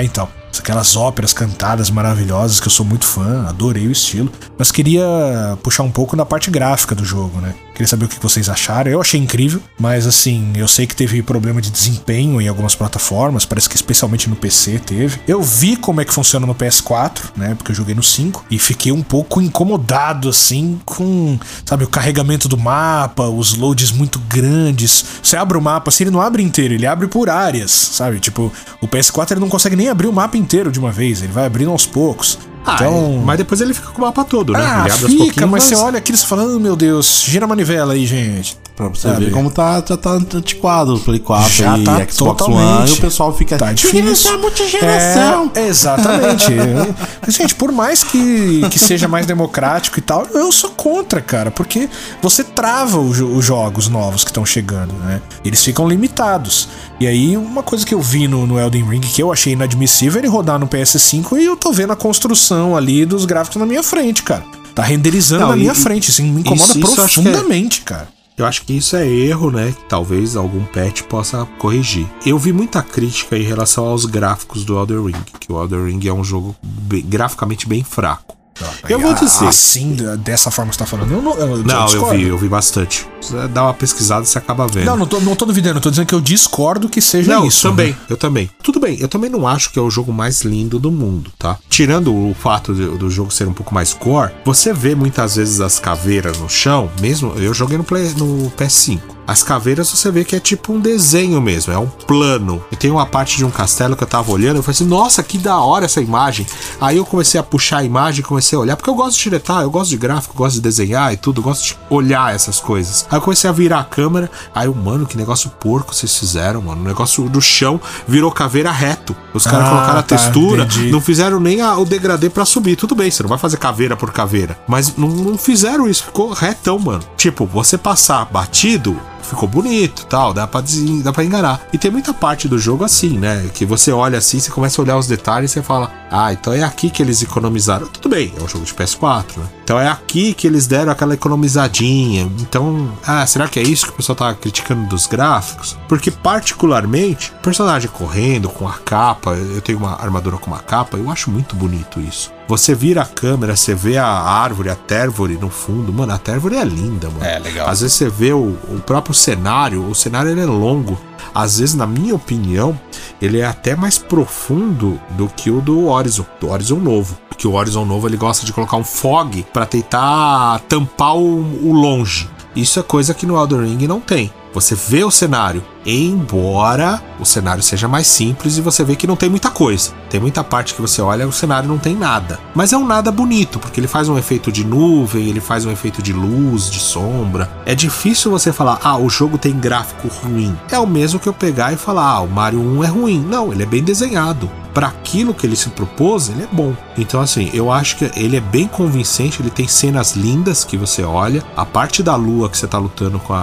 aquelas óperas cantadas maravilhosas que eu sou muito fã, adorei o estilo, mas queria puxar um pouco na parte gráfica do jogo, né? Queria saber o que vocês acharam. Eu achei incrível, mas assim, eu sei que teve problema de desempenho em algumas plataformas, parece que especialmente no PC teve. Eu vi como é que funciona no PS4, né? Porque eu joguei no 5 e fiquei um pouco incomodado, assim, com, sabe, o carregamento do mapa, os loads muito grandes. Você abre o mapa, assim, ele não abre inteiro, ele abre por áreas, sabe? Tipo, o PS4 ele não consegue nem abrir o mapa inteiro de uma vez, ele vai abrindo aos poucos. Então... Mas depois ele fica com o mapa todo, né? Ah, ele abre fica, mas você olha aquilo e você fala, oh, meu Deus, gira a manivela aí, gente. Pra você ver como já tá antiquado o Play 4 já e tá Xbox One, e o pessoal fica... Tá difícil. É multigeração. Exatamente. Gente, por mais que seja mais democrático e tal, eu sou contra, cara, porque você trava os jogos novos que estão chegando, né? Eles ficam limitados. E aí, uma coisa que eu vi no Elden Ring que eu achei inadmissível é ele rodar no PS5 e eu tô vendo a construção ali dos gráficos na minha frente, cara. Tá renderizando na minha frente, assim, me incomoda profundamente, cara. Eu acho que isso é erro, né? Que talvez algum patch possa corrigir. Eu vi muita crítica em relação aos gráficos do Elden Ring, que o Elden Ring é um jogo graficamente bem fraco. Eu vou dizer. Assim, dessa forma que você tá falando. Eu vi bastante. Você dá uma pesquisada e você acaba vendo. Não tô duvidando, eu tô dizendo que eu discordo que seja isso. Também, né? Eu também. Tudo bem, eu também não acho que é o jogo mais lindo do mundo, tá? Tirando o fato do jogo ser um pouco mais core, você vê muitas vezes as caveiras no chão, mesmo. Eu joguei no PS5. As caveiras você vê que é tipo um desenho mesmo, é um plano. E tem uma parte de um castelo que eu tava olhando, eu falei assim, nossa, que da hora essa imagem. Aí eu comecei a puxar a imagem e comecei a olhar, porque eu gosto de diretar, eu gosto de gráfico, eu gosto de desenhar e tudo, eu gosto de olhar essas coisas. Aí eu comecei a virar a câmera, aí mano, que negócio porco vocês fizeram, mano. O negócio do chão virou caveira reto. Os caras colocaram a textura, entendi. Não fizeram nem o degradê pra subir. Tudo bem, você não vai fazer caveira por caveira. Mas não fizeram isso, ficou retão, mano. Tipo, você passar batido, ficou bonito e tal, dá pra enganar. E tem muita parte do jogo assim, né? Que você olha assim, você começa a olhar os detalhes e você fala, então é aqui que eles economizaram. Tudo bem, é um jogo de PS4, né? Então é aqui que eles deram aquela economizadinha. Então, será que é isso que o pessoal tá criticando dos gráficos? Porque particularmente, o personagem correndo com a capa, eu tenho uma armadura com uma capa, eu acho muito bonito isso. Você vira a câmera, você vê a árvore, a térvore no fundo. Mano, a térvore é linda, mano. É, legal. Às vezes você vê o próprio cenário, o cenário ele é longo. Às vezes, na minha opinião, ele é até mais profundo do que o do Horizon novo. Porque o Horizon novo ele gosta de colocar um fog pra tentar tampar o longe. Isso é coisa que no Elden Ring não tem. Você vê o cenário, embora o cenário seja mais simples e você vê que não tem muita coisa. Tem muita parte que você olha e o cenário não tem nada. Mas é um nada bonito, porque ele faz um efeito de nuvem, ele faz um efeito de luz, de sombra. É difícil você falar, o jogo tem gráfico ruim. É o mesmo que eu pegar e falar, o Mario 1 é ruim. Não, ele é bem desenhado. Para aquilo que ele se propôs, ele é bom. Então, assim, eu acho que ele é bem convincente. Ele tem cenas lindas que você olha. A parte da lua que você tá lutando com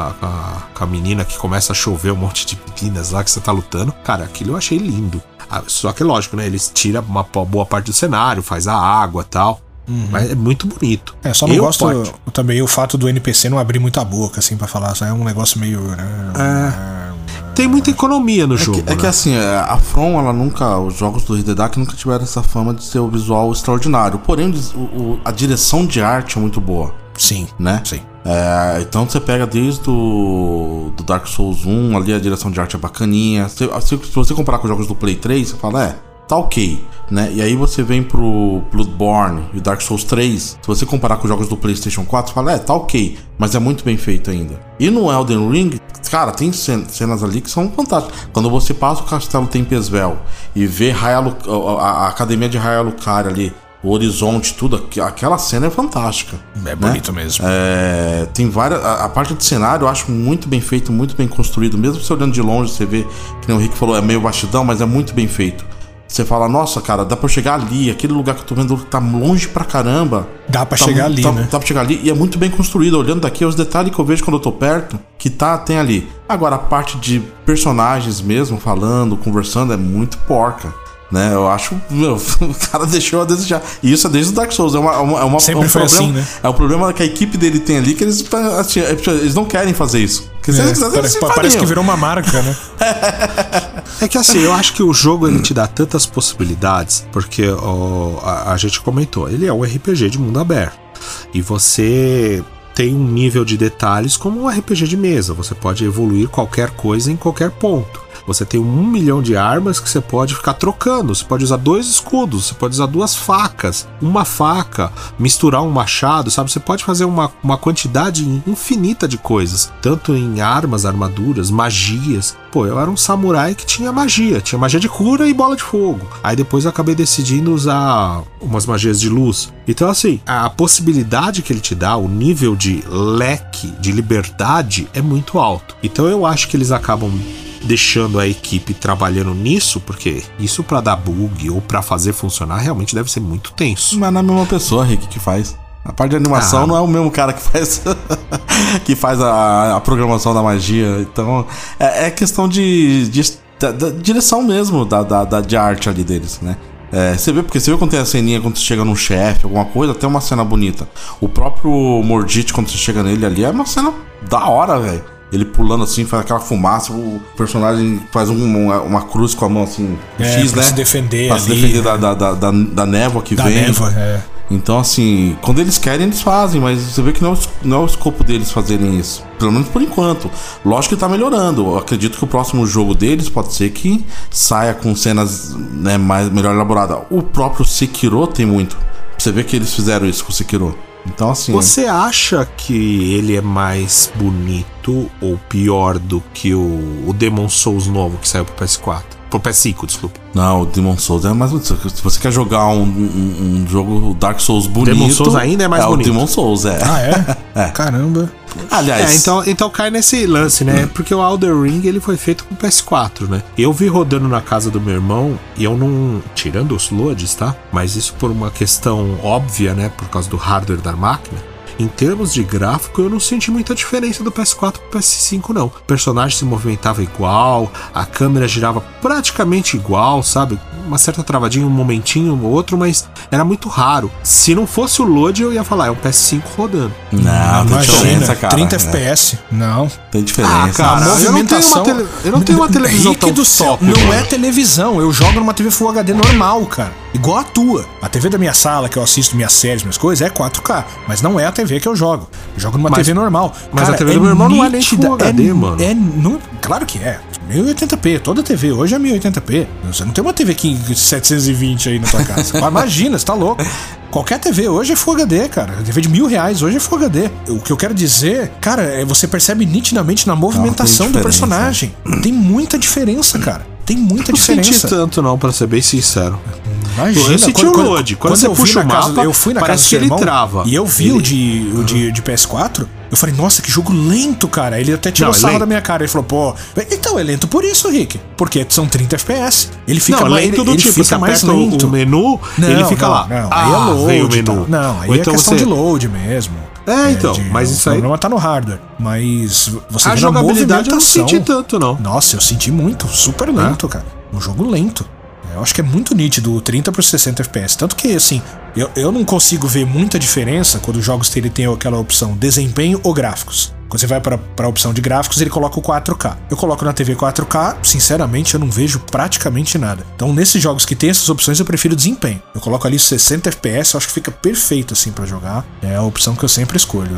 a menina que começa a chover um monte de meninas lá que você tá lutando. Cara, aquilo eu achei lindo. Só que lógico, né? Eles tiram uma boa parte do cenário, faz a água e tal. Mas é muito bonito. Só não gosto também o fato do NPC não abrir muito a boca, assim, pra falar. Só é um negócio meio... Tem muita economia no jogo. Que assim, a From, ela nunca... Os jogos do Hidetaka nunca tiveram essa fama de ser o visual extraordinário. Porém, a direção de arte é muito boa. Sim. Né? Sim. Então você pega desde do Dark Souls 1, ali a direção de arte é bacaninha. Se você comparar com os jogos do Play 3, você fala, tá ok, né? E aí você vem pro Bloodborne e Dark Souls 3, se você comparar com os jogos do PlayStation 4, você fala, tá ok, mas é muito bem feito ainda. E no Elden Ring, cara, tem cenas ali que são fantásticas. Quando você passa o castelo Tempesvel e vê a academia de Raya Lucaria ali, o horizonte, tudo, aquela cena é fantástica. É bonito, né? Mesmo. Tem várias. A parte de cenário eu acho muito bem feito, muito bem construído. Mesmo você olhando de longe, você vê, que nem o Rick falou, é meio bastidão, mas é muito bem feito. Você fala, nossa, cara, dá pra eu chegar ali. Aquele lugar que eu tô vendo tá longe pra caramba. Dá pra chegar ali, né? Dá pra chegar ali e é muito bem construído. Olhando daqui, os detalhes que eu vejo quando eu tô perto, que tem ali. Agora, a parte de personagens mesmo, falando, conversando, é muito porca. Né, eu acho, o cara deixou a desejar. E isso é desde o Dark Souls. Sempre foi problema, assim, né? É o problema que a equipe dele tem ali, que eles não querem fazer isso. Parece que virou uma marca, né? É que assim, eu acho que o jogo ele te dá tantas possibilidades, porque a gente comentou, ele é um RPG de mundo aberto. E você tem um nível de detalhes como um RPG de mesa. Você pode evoluir qualquer coisa em qualquer ponto. Você tem 1 milhão de armas que você pode ficar trocando. Você pode usar 2 escudos, você pode usar 2 facas, uma faca, misturar um machado, sabe? Você pode fazer uma quantidade infinita de coisas, tanto em armas, armaduras, magias. Pô, eu era um samurai que tinha magia de cura e bola de fogo. Aí depois eu acabei decidindo usar umas magias de luz. Então assim, a possibilidade que ele te dá, o nível de leque, de liberdade é muito alto. Então eu acho que eles acabam deixando a equipe trabalhando nisso, porque isso pra dar bug ou pra fazer funcionar realmente deve ser muito tenso. Mas não é a mesma pessoa, Rick, que faz. A parte de animação não é o mesmo cara que faz que faz a programação da magia. Então é questão de direção mesmo de arte ali deles, né? Você vê quando tem a ceninha, quando você chega num chefe, alguma coisa, tem uma cena bonita. O próprio Mordite, quando você chega nele ali, é uma cena da hora, velho. Ele pulando assim, faz aquela fumaça, o personagem faz uma cruz com a mão assim, X, pra né? Se defender pra ali, se defender da névoa que vem. Névoa, Então, assim, quando eles querem, eles fazem, mas você vê que não é o escopo deles fazerem isso. Pelo menos por enquanto. Lógico que tá melhorando. Eu acredito que o próximo jogo deles pode ser que saia com cenas, né, melhor elaboradas. O próprio Sekiro tem muito. Você vê que eles fizeram isso com o Sekiro. Então, assim. Você acha que ele é mais bonito ou pior do que o Demon Souls novo que saiu pro PS4? Pro PS5, desculpa. Não, o Demon Souls é mais bonito. Se você quer jogar um jogo Dark Souls bonito, Demon Souls ainda é mais bonito. O Demon Souls, é? Caramba. Aliás, então cai nesse lance, né? Porque o Elden Ring ele foi feito com PS4, né? Eu vi rodando na casa do meu irmão e eu não... Tirando os loads, tá? Mas isso por uma questão óbvia, né? Por causa do hardware da máquina. Em termos de gráfico, eu não senti muita diferença do PS4 pro PS5, não. O personagem se movimentava igual, a câmera girava praticamente igual, sabe? Uma certa travadinha, um momentinho ou outro, mas era muito raro. Se não fosse o load, eu ia falar, é um PS5 rodando. Não, tem diferença, cara. 30 FPS, não. Tem diferença. Ah, cara, a movimentação... eu não tenho uma televisão Rick tão do céu, top. não é televisão, eu jogo numa TV Full HD normal, cara. Igual a tua. A TV da minha sala, que eu assisto minhas séries, minhas coisas, é 4K. Mas não é a TV que eu jogo. Eu jogo numa TV normal. Mas cara, a TV do meu irmão não é nem Full HD, mano. Claro que é. 1080p. Toda TV hoje é 1080p. Você não tem uma TV aqui 720 aí na tua casa. Imagina, você tá louco. Qualquer TV hoje é Full HD, cara. A TV de R$1.000 hoje é Full HD. O que eu quero dizer, cara, você percebe nitidamente na movimentação do personagem. Tem muita diferença, cara. Tem muita diferença. Não senti tanto não, pra ser bem sincero. Imagina, eu senti o load. Quando você puxa o mapa, eu fui na parece casa que ele irmão, trava. E eu vi o de PS4. Eu falei, nossa, que jogo lento, cara. Ele até tirou sarro da minha cara. Ele falou, pô, então é lento por isso, Rick. Porque são 30 FPS. Ele fica lento do tipo, fica mais aperta lento. O menu, ele fica lá. Não, aí é load. Veio o menu. Não, aí então é questão de load mesmo. Mas isso aí... O problema tá no hardware. Mas você a jogabilidade eu não senti tanto, não. Nossa, eu senti muito. Super lento, cara. Um jogo lento. Eu acho que é muito nítido 30 por 60 FPS. Tanto que, assim, eu não consigo ver muita diferença quando os jogos ele tem aquela opção desempenho ou gráficos. Quando você vai para a opção de gráficos, ele coloca o 4K. Eu coloco na TV 4K, sinceramente, eu não vejo praticamente nada. Então, nesses jogos que tem essas opções, eu prefiro desempenho. Eu coloco ali 60 FPS, eu acho que fica perfeito, assim, para jogar. É a opção que eu sempre escolho.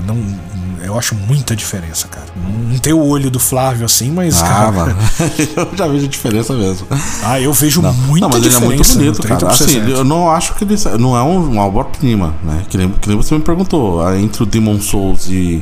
Eu acho muita diferença, cara. Não tem o olho do Flávio, assim, mas, cara... mano. Eu já vejo a diferença mesmo. Eu vejo muita mas diferença. Ele é muito bonito, cara. Assim, eu não acho que ele... Não é uma obra-prima, né? Que nem você me perguntou. Entre o Demon Souls e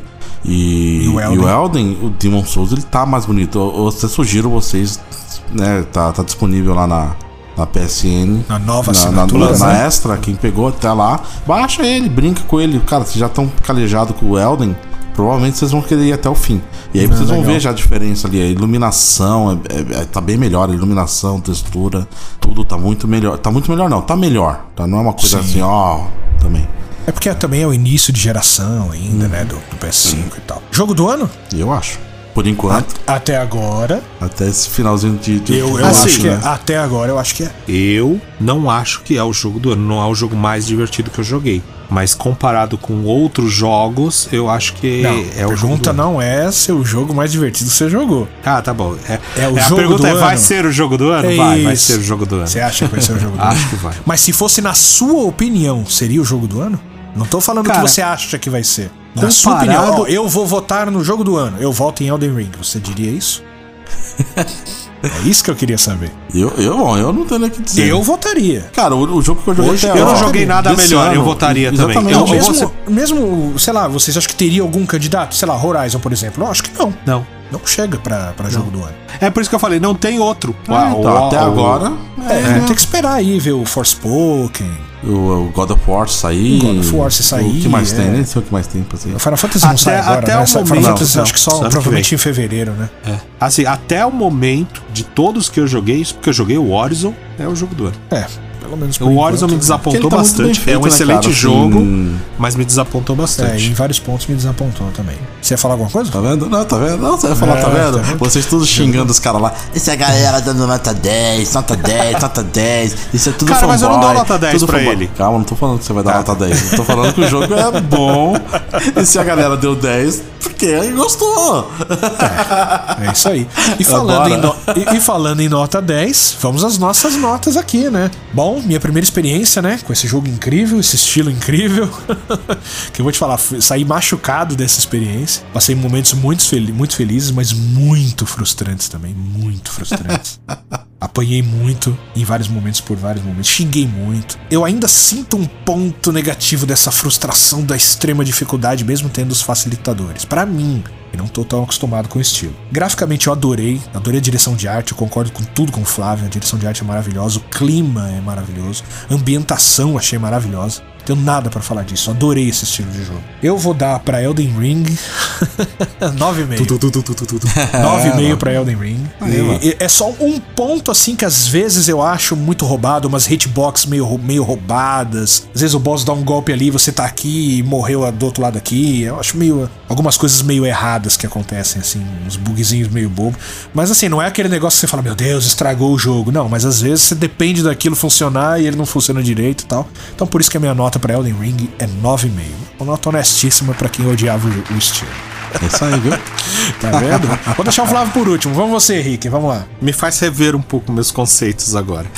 o Elden, o Demon Souls ele tá mais bonito. Eu até sugiro vocês, né? Tá disponível lá na PSN. Na nova assinatura. Na Extra, quem pegou até lá, baixa ele, brinca com ele. Cara, vocês já estão calejados com o Elden, provavelmente vocês vão querer ir até o fim. E aí vocês vão ver já a diferença ali. A iluminação tá bem melhor. A iluminação, textura, tudo tá muito melhor. Tá muito melhor não, tá melhor. Tá? Não é uma coisa assim, também. É porque também é o início de geração ainda, né? Do PS5 e tal. Jogo do ano? Eu acho. Por enquanto. Até agora. Até esse finalzinho de eu acho que é. Até agora eu acho que é. Eu não acho que é o jogo do ano. Não é o jogo mais divertido que eu joguei. Mas comparado com outros jogos, eu acho que a pergunta não é se é o jogo mais divertido que você jogou. Ah, tá bom. É o a jogo pergunta do ano. Vai ser o jogo do ano? Vai ser o jogo do ano. Você acha que vai ser o jogo do ano? Acho que vai. Mas se fosse na sua opinião, seria o jogo do ano? Não tô falando que você acha que vai ser. Na sua opinião, eu vou votar no jogo do ano. Eu voto em Elden Ring. Você diria isso? É isso que eu queria saber. Eu não tenho nem o que dizer. Eu votaria. Cara, o jogo que eu joguei hoje, eu não joguei nada melhor, eu votaria também. Mesmo, sei lá, vocês acham que teria algum candidato? Sei lá, Horizon, por exemplo. Eu acho que não. Não chega pra jogo do ano. É por isso que eu falei, não tem outro. Até agora. Tem que esperar aí ver o Forspoken. O God of War sair. O God of War sair. O que mais tem? Nem sei o que mais tem pra sair. O Final Fantasy não sai agora, até né? o momento, Final Fantasy acho que só provavelmente em fevereiro, né? Assim, até o momento de todos que eu joguei, porque eu joguei o Horizon, é o jogo do ano. Pelo menos o Horizon me desapontou bastante. Feito, é um excelente jogo, assim... mas me desapontou bastante. Em vários pontos me desapontou também. Você ia falar alguma coisa? Tá vendo? Não, tá vendo? Não, você vai falar, tá vendo? Vocês todos xingando os caras lá. Isso é a galera dando nota 10, nota 10, nota 10. Isso é tudo cara, mas eu não dou nota 10 pra ele. Calma, não tô falando que você vai dar nota 10. Eu tô falando que o jogo é bom. E se a galera deu 10, porque aí gostou. É isso aí. E falando em nota 10, vamos às nossas notas aqui, né? Bom, minha primeira experiência, né? Com esse jogo incrível, esse estilo incrível. Que eu vou te falar, saí machucado dessa experiência. Passei momentos muito felizes, mas muito frustrantes também. Muito frustrantes. Apanhei muito em vários momentos, por vários momentos. Xinguei muito. Eu ainda sinto um ponto negativo dessa frustração da extrema dificuldade, mesmo tendo os facilitadores. Pra mim, eu não tô tão acostumado com o estilo. Graficamente eu adorei a direção de arte, eu concordo com tudo com o Flávio, a direção de arte é maravilhosa, o clima é maravilhoso, a ambientação eu achei maravilhosa. Tenho nada pra falar disso, adorei esse estilo de jogo. Eu vou dar pra Elden Ring 9,5. 9,5 pra Elden Ring. É só um ponto assim que às vezes eu acho muito roubado, umas hitbox meio roubadas. Às vezes o boss dá um golpe ali, você tá aqui e morreu do outro lado aqui. Eu acho algumas coisas meio erradas que acontecem, assim, uns bugzinhos meio bobo. Mas assim, não é aquele negócio que você fala, meu Deus, estragou o jogo. Não, mas às vezes você depende daquilo funcionar e ele não funciona direito e tal. Então por isso que a minha nota pra Elden Ring é 9,5. Uma nota honestíssima pra quem odiava o estilo. É isso aí, viu? Tá vendo? Vou deixar o Flávio por último. Vamos você, Henrique, vamos lá. Me faz rever um pouco meus conceitos agora.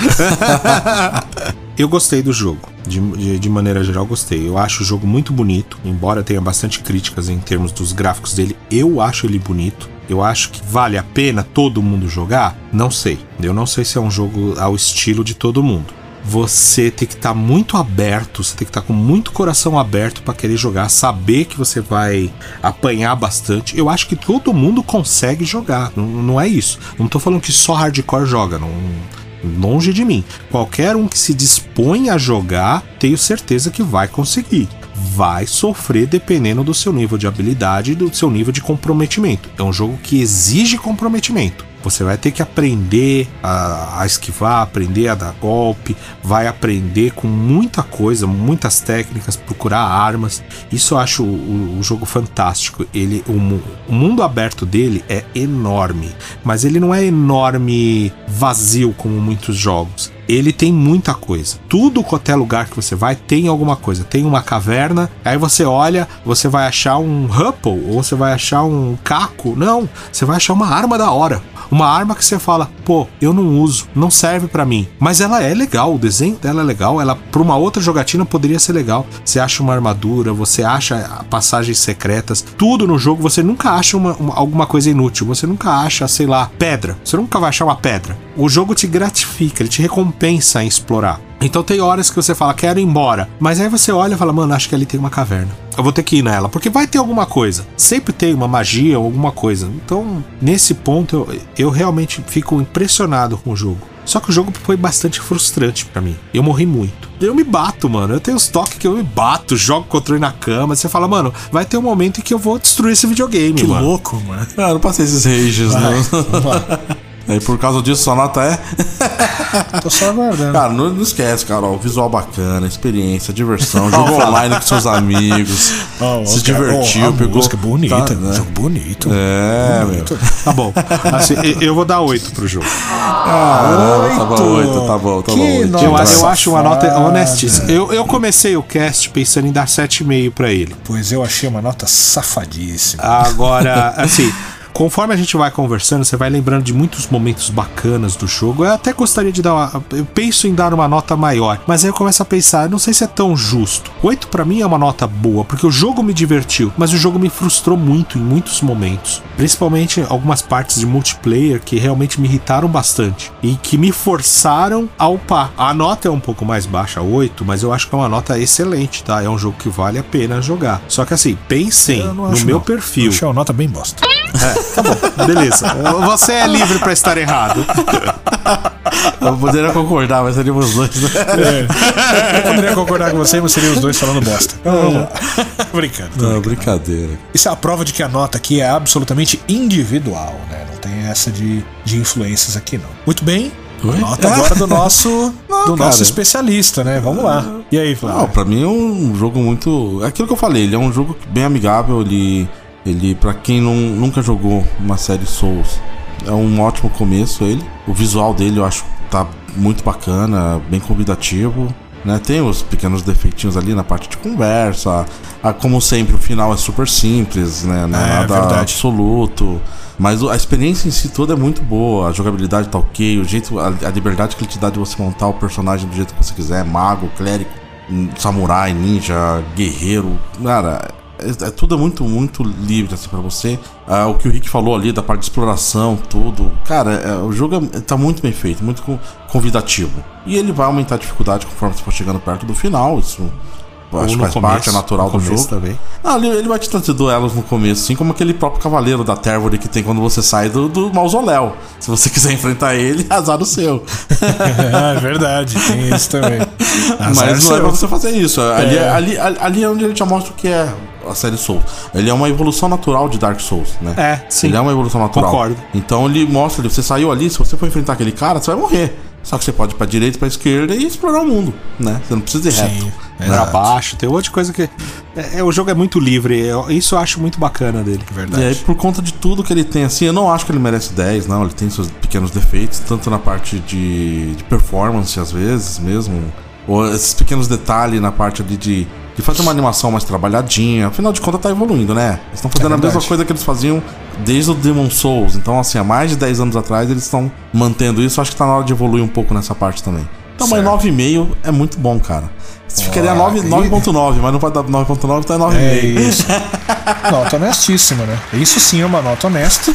Eu gostei do jogo. De maneira geral, gostei. Eu acho o jogo muito bonito, embora tenha bastante críticas em termos dos gráficos dele. Eu acho ele bonito. Eu acho que vale a pena todo mundo jogar? Não sei. Eu não sei se é um jogo ao estilo de todo mundo. Você tem que estar muito aberto, você tem que estar com muito coração aberto para querer jogar, saber que você vai apanhar bastante. Eu acho que todo mundo consegue jogar, não é isso. Não tô falando que só hardcore joga, não, longe de mim. Qualquer um que se dispõe a jogar, tenho certeza que vai conseguir. Vai sofrer dependendo do seu nível de habilidade e do seu nível de comprometimento. É um jogo que exige comprometimento. Você vai ter que aprender a esquivar, aprender a dar golpe, vai aprender com muita coisa, muitas técnicas, procurar armas. Isso eu acho o jogo fantástico. O mundo aberto dele é enorme, mas ele não é enorme vazio como muitos jogos. Ele tem muita coisa. Tudo qualquer lugar que você vai tem alguma coisa. Tem uma caverna, aí você olha, você vai achar um Ruppel, ou você vai achar um caco. Não, você vai achar uma arma da hora. Uma arma que você fala, pô, eu não uso, não serve pra mim. Mas ela é legal, o desenho dela é legal, ela pra uma outra jogatina poderia ser legal. Você acha uma armadura, você acha passagens secretas, tudo no jogo, você nunca acha alguma coisa inútil, você nunca acha, sei lá, pedra. Você nunca vai achar uma pedra. O jogo te gratifica, ele te recompensa em explorar. Então tem horas que você fala, quero ir embora. Mas aí você olha e fala, mano, acho que ali tem uma caverna. Eu vou ter que ir nela, porque vai ter alguma coisa. Sempre tem uma magia ou alguma coisa. Então, nesse ponto, eu realmente fico impressionado com o jogo. Só que o jogo foi bastante frustrante pra mim. Eu morri muito. Eu me bato, mano. Eu tenho os toques que eu me bato, jogo o controle na cama. Você fala, mano, vai ter um momento em que eu vou destruir esse videogame, que mano. Que louco, mano. Ah, não passei esses rages, não. Aí por causa disso, sua nota é? Tô só aguardando. Cara, não esquece, Carol. Visual bacana, experiência, diversão, jogo online com seus amigos. Se divertiu, pegou. Música bonita, tá, né? Jogo bonito. Bonito. Tá bom. Assim, eu vou dar 8 pro jogo. Tá bom. Eu acho uma nota honestíssima. Eu comecei o cast pensando em dar 7,5 pra ele. Pois eu achei uma nota safadíssima. Agora, assim, conforme a gente vai conversando, você vai lembrando de muitos momentos bacanas do jogo. Eu até gostaria de dar eu penso em dar uma nota maior, mas aí eu começo a pensar, eu não sei se é tão justo. 8 pra mim é uma nota boa, porque o jogo me divertiu, mas o jogo me frustrou muito em muitos momentos. Principalmente algumas partes de multiplayer que realmente me irritaram bastante e que me forçaram a upar. A nota é um pouco mais baixa, 8, mas eu acho que é uma nota excelente, tá? É um jogo que vale a pena jogar. Só que assim, pensem no meu perfil. Eu achei uma nota bem bosta. Tá bom, beleza. Você é livre pra estar errado. Eu poderia concordar, mas seríamos os dois. Eu poderia concordar com você, mas seriam os dois falando bosta. Vamos lá. Brincando. Não, brincadeira. Isso é a prova de que a nota aqui é absolutamente individual, né? Não tem essa de influências aqui, não. Muito bem. Nota agora do nosso especialista, né? Vamos lá. E aí, Flávio? Não, pra mim é um jogo muito... É aquilo que eu falei, ele é um jogo bem amigável, ele pra quem nunca jogou uma série Souls, é um ótimo começo, ele. O visual dele eu acho que tá muito bacana, bem convidativo, né? Tem os pequenos defeitinhos ali na parte de conversa. Como sempre, o final é super simples, né? Nada absoluto. Mas a experiência em si toda é muito boa. A jogabilidade tá ok, a liberdade que ele te dá de você montar o personagem do jeito que você quiser, mago, clérigo, samurai, ninja, guerreiro. Cara, tudo é muito, muito livre assim pra você. O que o Rick falou ali da parte de exploração, tudo. Cara, o jogo tá muito bem feito, muito convidativo. E ele vai aumentar a dificuldade conforme você for chegando perto do final. Isso acho que faz parte, é natural do jogo também. Ele vai te trazer duelos no começo, assim como aquele próprio cavaleiro da Tervor que tem quando você sai do mausoléu. Se você quiser enfrentar ele, azar o seu. É verdade, tem isso também. Mas não é pra você fazer isso. Ali é onde ele te mostra o que é a série Souls. Ele é uma evolução natural de Dark Souls, né? Sim. Ele é uma evolução natural. Concordo. Então ele mostra, você saiu ali, se você for enfrentar aquele cara, você vai morrer. Só que você pode ir pra direita, pra esquerda e explorar o mundo, né? Você não precisa ir reto. Pra baixo, tem um monte de coisa que... o jogo é muito livre, isso eu acho muito bacana dele. Verdade. E aí, por conta de tudo que ele tem, assim, eu não acho que ele merece 10, não. Ele tem seus pequenos defeitos, tanto na parte de performance, às vezes, mesmo. Ou esses pequenos detalhes na parte ali de fazer uma animação mais trabalhadinha. Afinal de contas, tá evoluindo, né? Eles estão fazendo a mesma coisa que eles faziam desde o Demon Souls. Então, assim, há mais de 10 anos atrás, eles estão mantendo isso. Acho que tá na hora de evoluir um pouco nessa parte também. Então, mas 9,5 é muito bom, cara. Você ficaria 9.9, mas não pode dar 9.9, tá 9,5. É isso. Nota honestíssima, né? Isso sim é uma nota honesta.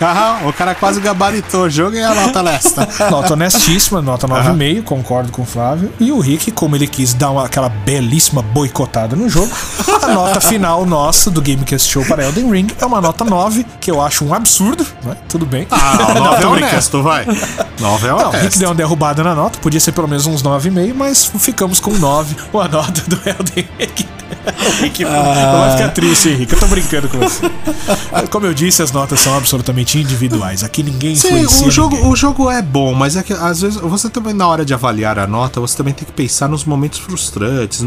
O cara quase gabaritou o jogo e a nota honesta. Nota honestíssima, nota 9,5, concordo com o Flávio. E o Rick, como ele quis dar aquela belíssima boicotada no jogo, a nota final nossa do Gamecast Show para Elden Ring é uma nota 9, que eu acho um absurdo, né? Tudo bem. 9 é honesto, vai. 9 é honesto. Não, o Rick deu uma derrubada na nota, podia ser pelo menos uns 9,5, mas ficamos com 9. A nota do Elden Ring. Rick, não vai ficar triste, Henrique. Eu tô brincando com você. Como eu disse, as notas são absolutamente individuais. Aqui ninguém influencia. O jogo é bom, mas é que às vezes você também, na hora de avaliar a nota, você também tem que pensar nos momentos frustrantes.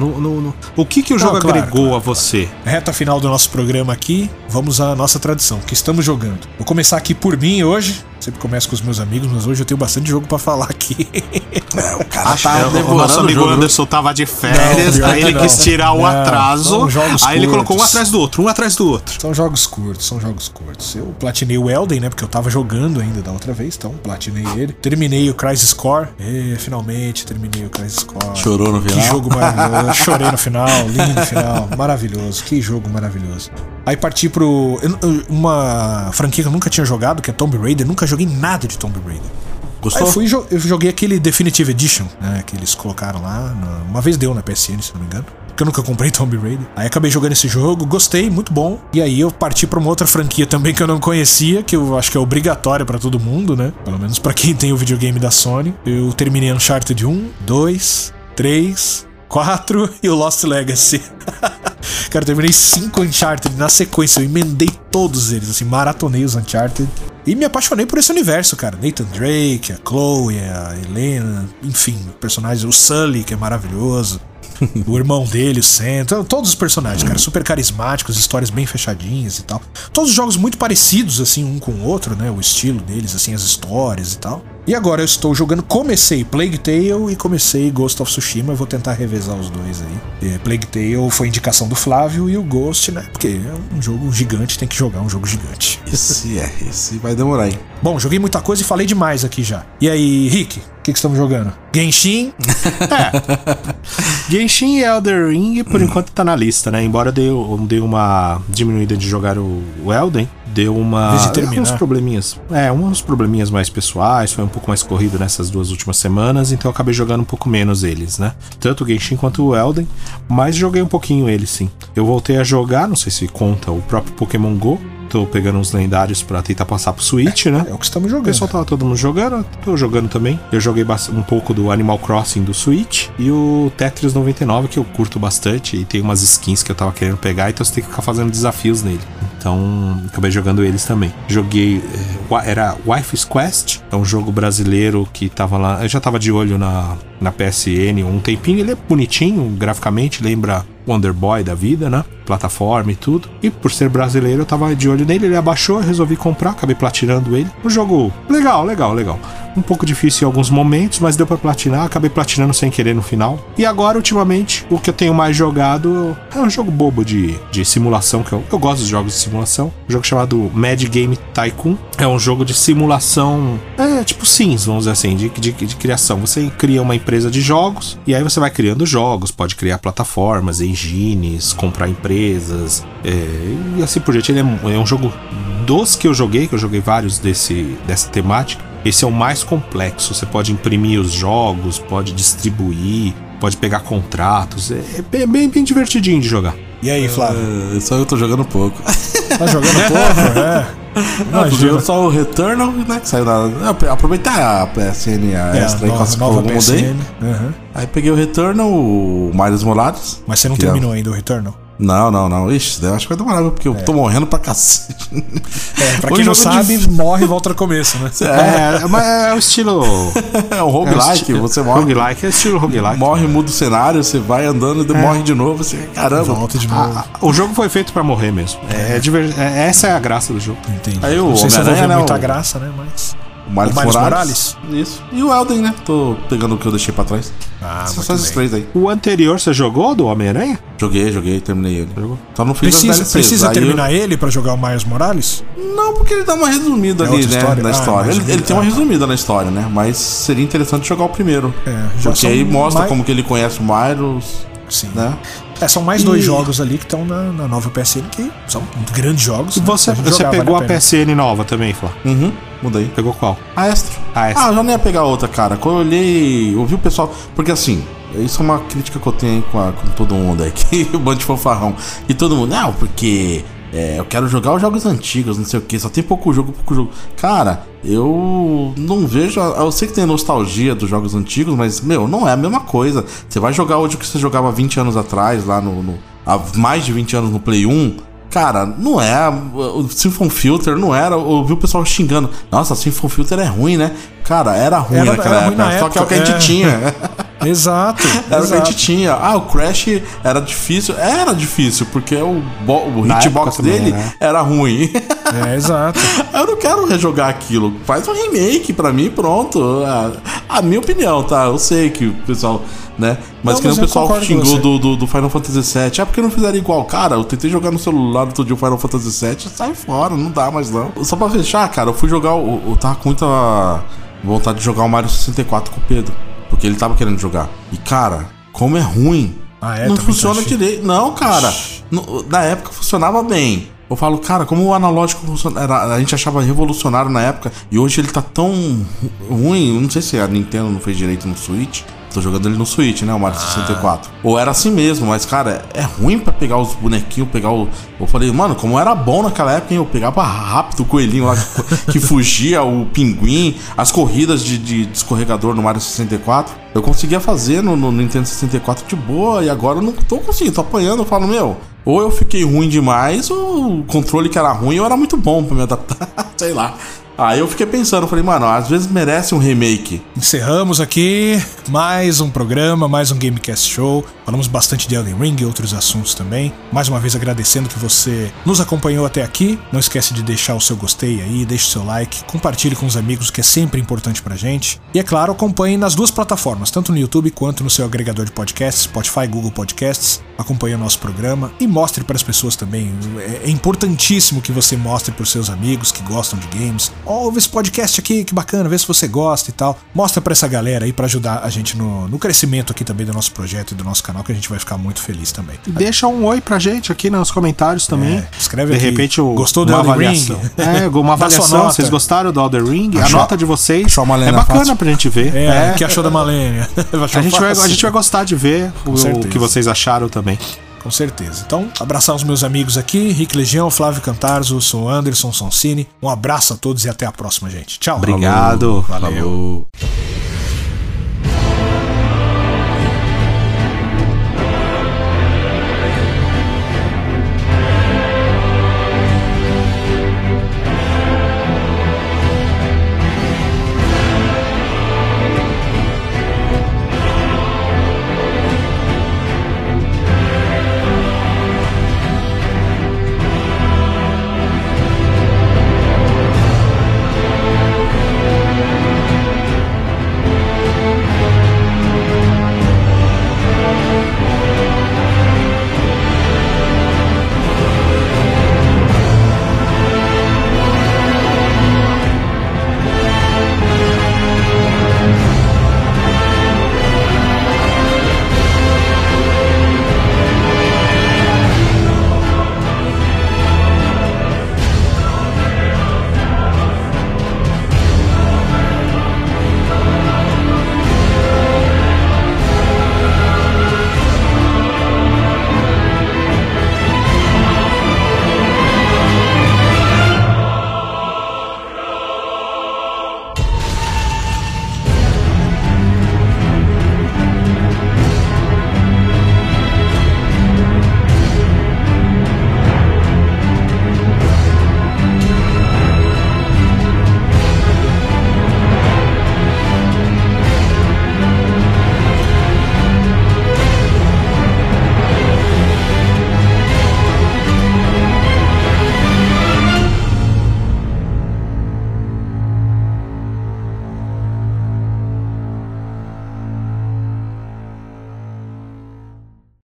O que o jogo agregou a você? Reta final do nosso programa aqui, vamos à nossa tradição, que estamos jogando. Vou começar aqui por mim hoje. Sempre começo com os meus amigos, mas hoje eu tenho bastante jogo pra falar aqui. O cara o nosso amigo Anderson tava de férias, aí ele quis tirar o atraso, aí ele colocou um atrás do outro. São jogos curtos. Eu platinei o Elden, né, porque eu tava jogando ainda da outra vez, então platinei ele. Terminei o Crisis Core, finalmente terminei o Crisis Core. Chorou no final? Que jogo maravilhoso, chorei no final, lindo final, maravilhoso, que jogo maravilhoso. Aí parti pro uma franquia que eu nunca tinha jogado, que é Tomb Raider. Nunca joguei nada de Tomb Raider. Gostou? Aí eu joguei aquele Definitive Edition, né, que eles colocaram lá. Uma vez deu na PSN, se não me engano. Porque eu nunca comprei Tomb Raider. Aí acabei jogando esse jogo, gostei, muito bom. E aí eu parti pra uma outra franquia também que eu não conhecia, que eu acho que é obrigatória pra todo mundo, né? Pelo menos pra quem tem o videogame da Sony. Eu terminei Uncharted 1, 2, 3... 4 e o Lost Legacy. Cara, eu terminei 5 Uncharted na sequência, eu emendei todos eles, assim, maratonei os Uncharted. E me apaixonei por esse universo, cara. Nathan Drake, a Chloe, a Helena, enfim, personagens, o Sully, que é maravilhoso. O irmão dele, o Sam, todos os personagens, cara, super carismáticos, histórias bem fechadinhas e tal. Todos os jogos muito parecidos, assim, um com o outro, né? O estilo deles, assim, as histórias e tal. E agora eu estou jogando, comecei Plague Tale e comecei Ghost of Tsushima. Eu vou tentar revezar os dois aí. E Plague Tale foi indicação do Flávio e o Ghost, né? Porque é um jogo gigante, tem que jogar um jogo gigante. Esse vai demorar, hein? Bom, joguei muita coisa e falei demais aqui já. E aí, Rick, o que estamos jogando? Genshin? Genshin e Elden Ring, por enquanto, tá na lista, né? Embora deu uma diminuída de jogar o Elden, deu uns probleminhas. Uns probleminhas mais pessoais, foi um pouco mais corrido nessas 2 últimas semanas, então eu acabei jogando um pouco menos eles, né? Tanto o Genshin quanto o Elden, mas joguei um pouquinho eles, sim. Eu voltei a jogar, não sei se conta, o próprio Pokémon Go. Tô pegando uns lendários pra tentar passar pro Switch, né? É o que estamos jogando. O pessoal tava todo mundo jogando, tô jogando também. Eu joguei um pouco do Animal Crossing do Switch e o Tetris 99, que eu curto bastante, e tem umas skins que eu tava querendo pegar, então você tem que ficar fazendo desafios nele. Então, acabei jogando eles também. Joguei, era Wife's Quest, é um jogo brasileiro que tava lá, eu já tava de olho na PSN um tempinho, ele é bonitinho, graficamente, lembra Wonder Boy da vida, né? Plataforma e tudo. E por ser brasileiro, eu tava de olho nele, ele abaixou, eu resolvi comprar, acabei platinando ele. Um jogo legal. Um pouco difícil em alguns momentos, mas deu pra platinar, acabei platinando sem querer no final. E agora, ultimamente, o que eu tenho mais jogado é um jogo bobo de simulação, que eu gosto de jogos de simulação. Um jogo chamado Mad Game Tycoon. É um jogo de simulação, tipo Sims, vamos dizer assim, de criação. Você cria uma empresa de jogos, e aí você vai criando jogos, pode criar plataformas, engines, comprar empresas, e assim por diante. Ele é um jogo dos que eu joguei vários dessa temática. Esse é o mais complexo. Você pode imprimir os jogos, pode distribuir, pode pegar contratos. É bem divertidinho de jogar. E aí, Flávio? Só eu tô jogando pouco. Tá jogando pouco? Não, tô jogando só o Returnal, né? Que saiu aproveitar a PSN extra aí com as nova PSN. Aí peguei o Returnal, o Miles Morales. Mas você não terminou ainda o Returnal? Não. Ixi, eu acho que vai demorar, porque eu tô morrendo pra cacete. Pra quem não sabe, morre e volta no começo, né? Mas é o estilo... É um roguelike, você morre. Roguelike é estilo roguelike. Morre, muda o cenário, você vai andando e morre de novo, você... Caramba. Volta de novo. O jogo foi feito pra morrer mesmo. Essa é a graça do jogo. Entendi. Aí o não sei se eu vou ver Homem-Aranha, muita graça, né? Mas... O Miles Morales. Isso. E o Elden, né? Tô pegando o que eu deixei pra trás. Só esses 3 aí. O anterior você jogou do Homem-Aranha? Joguei, terminei ele. Jogou? Só não fiz as DLCs. Precisa terminar ele pra jogar o Miles Morales? Não, porque ele dá uma resumida ali, né? Na história. Ele tem uma resumida na história, né? Mas seria interessante jogar o primeiro. Porque aí mostra como que ele conhece o Miles. Sim. Né? São mais 2 jogos ali que estão na nova PSN, que são grandes jogos. E você pegou a PSN nova também, Flá? Mudei. Pegou qual? A Extra. Eu já nem ia pegar outra, cara. Quando eu olhei, ouvi o pessoal... Porque assim, isso é uma crítica que eu tenho com todo mundo aqui, o bando de fanfarrão. E todo mundo, não, porque... eu quero jogar os jogos antigos, não sei o que, só tem pouco jogo. Cara, eu não vejo... Eu sei que tem nostalgia dos jogos antigos, mas, não é a mesma coisa. Você vai jogar hoje o que você jogava 20 anos atrás, lá há mais de 20 anos no Play 1... Cara, não é. O Siphon Filter não era. Eu ouvi o pessoal xingando. Nossa, Siphon Filter é ruim, né? Cara, era ruim naquela época. Só que é o que a gente tinha. Exato. Era o que a gente tinha. O Crash era difícil. Era difícil, porque o hitbox dele era ruim. Exato. Eu não quero rejogar aquilo. Faz um remake pra mim, pronto. A minha opinião, tá? Eu sei que o pessoal... Né? Mas que nem o pessoal xingou do Final Fantasy VII. Porque não fizeram igual. Cara, eu tentei jogar no celular outro dia o Final Fantasy VII. Sai fora, não dá mais não. Só pra fechar, cara, eu fui jogar. Eu tava com muita vontade de jogar o Mario 64 com o Pedro. Porque ele tava querendo jogar. E cara, como é ruim. Não funciona direito. Não, cara. Na época funcionava bem. Eu falo, cara, como o analógico a gente achava revolucionário na época. E hoje ele tá tão ruim. Eu não sei se a Nintendo não fez direito no Switch. Tô jogando ele no Switch, né? O Mario 64. Ou era assim mesmo, mas, cara, é ruim pra pegar os bonequinhos, Eu falei, mano, como era bom naquela época, hein? Eu pegava rápido o coelhinho lá que fugia, o pinguim, as corridas de escorregador no Mario 64. Eu conseguia fazer no Nintendo 64 de boa, e agora eu não tô conseguindo, tô apanhando, eu falo, meu, ou eu fiquei ruim demais, ou o controle que era ruim, ou era muito bom pra me adaptar, sei lá. Aí eu fiquei pensando, falei, mano, às vezes merece um remake. Encerramos aqui mais um programa, mais um Gamecast Show. Falamos bastante de Elden Ring e outros assuntos também. Mais uma vez agradecendo que você nos acompanhou até aqui. Não esquece de deixar o seu gostei aí, deixe o seu like, compartilhe com os amigos, que é sempre importante pra gente. E é claro, acompanhe nas duas plataformas, tanto no YouTube quanto no seu agregador de podcasts, Spotify, Google Podcasts. Acompanhe o nosso programa e mostre para as pessoas também. É importantíssimo que você mostre para os seus amigos que gostam de games. Ouve esse podcast aqui, que bacana, vê se você gosta e tal. Mostra pra essa galera aí pra ajudar a gente no crescimento aqui também do nosso projeto e do nosso canal, que a gente vai ficar muito feliz também. E deixa um oi pra gente aqui nos comentários também. Escreve de aqui. repente Gostou do Elden Ring? Uma avaliação. Vocês gostaram do Elden Ring? A nota de vocês é bacana fácil pra gente ver. O que achou da Malenia? A gente vai gostar de ver o que vocês acharam também. Com certeza. Então, abraçar os meus amigos aqui, Rick Legião, Flávio Cantarzo, sou Anderson Sonsini. Um abraço a todos e até a próxima, gente. Tchau. Obrigado. Valeu.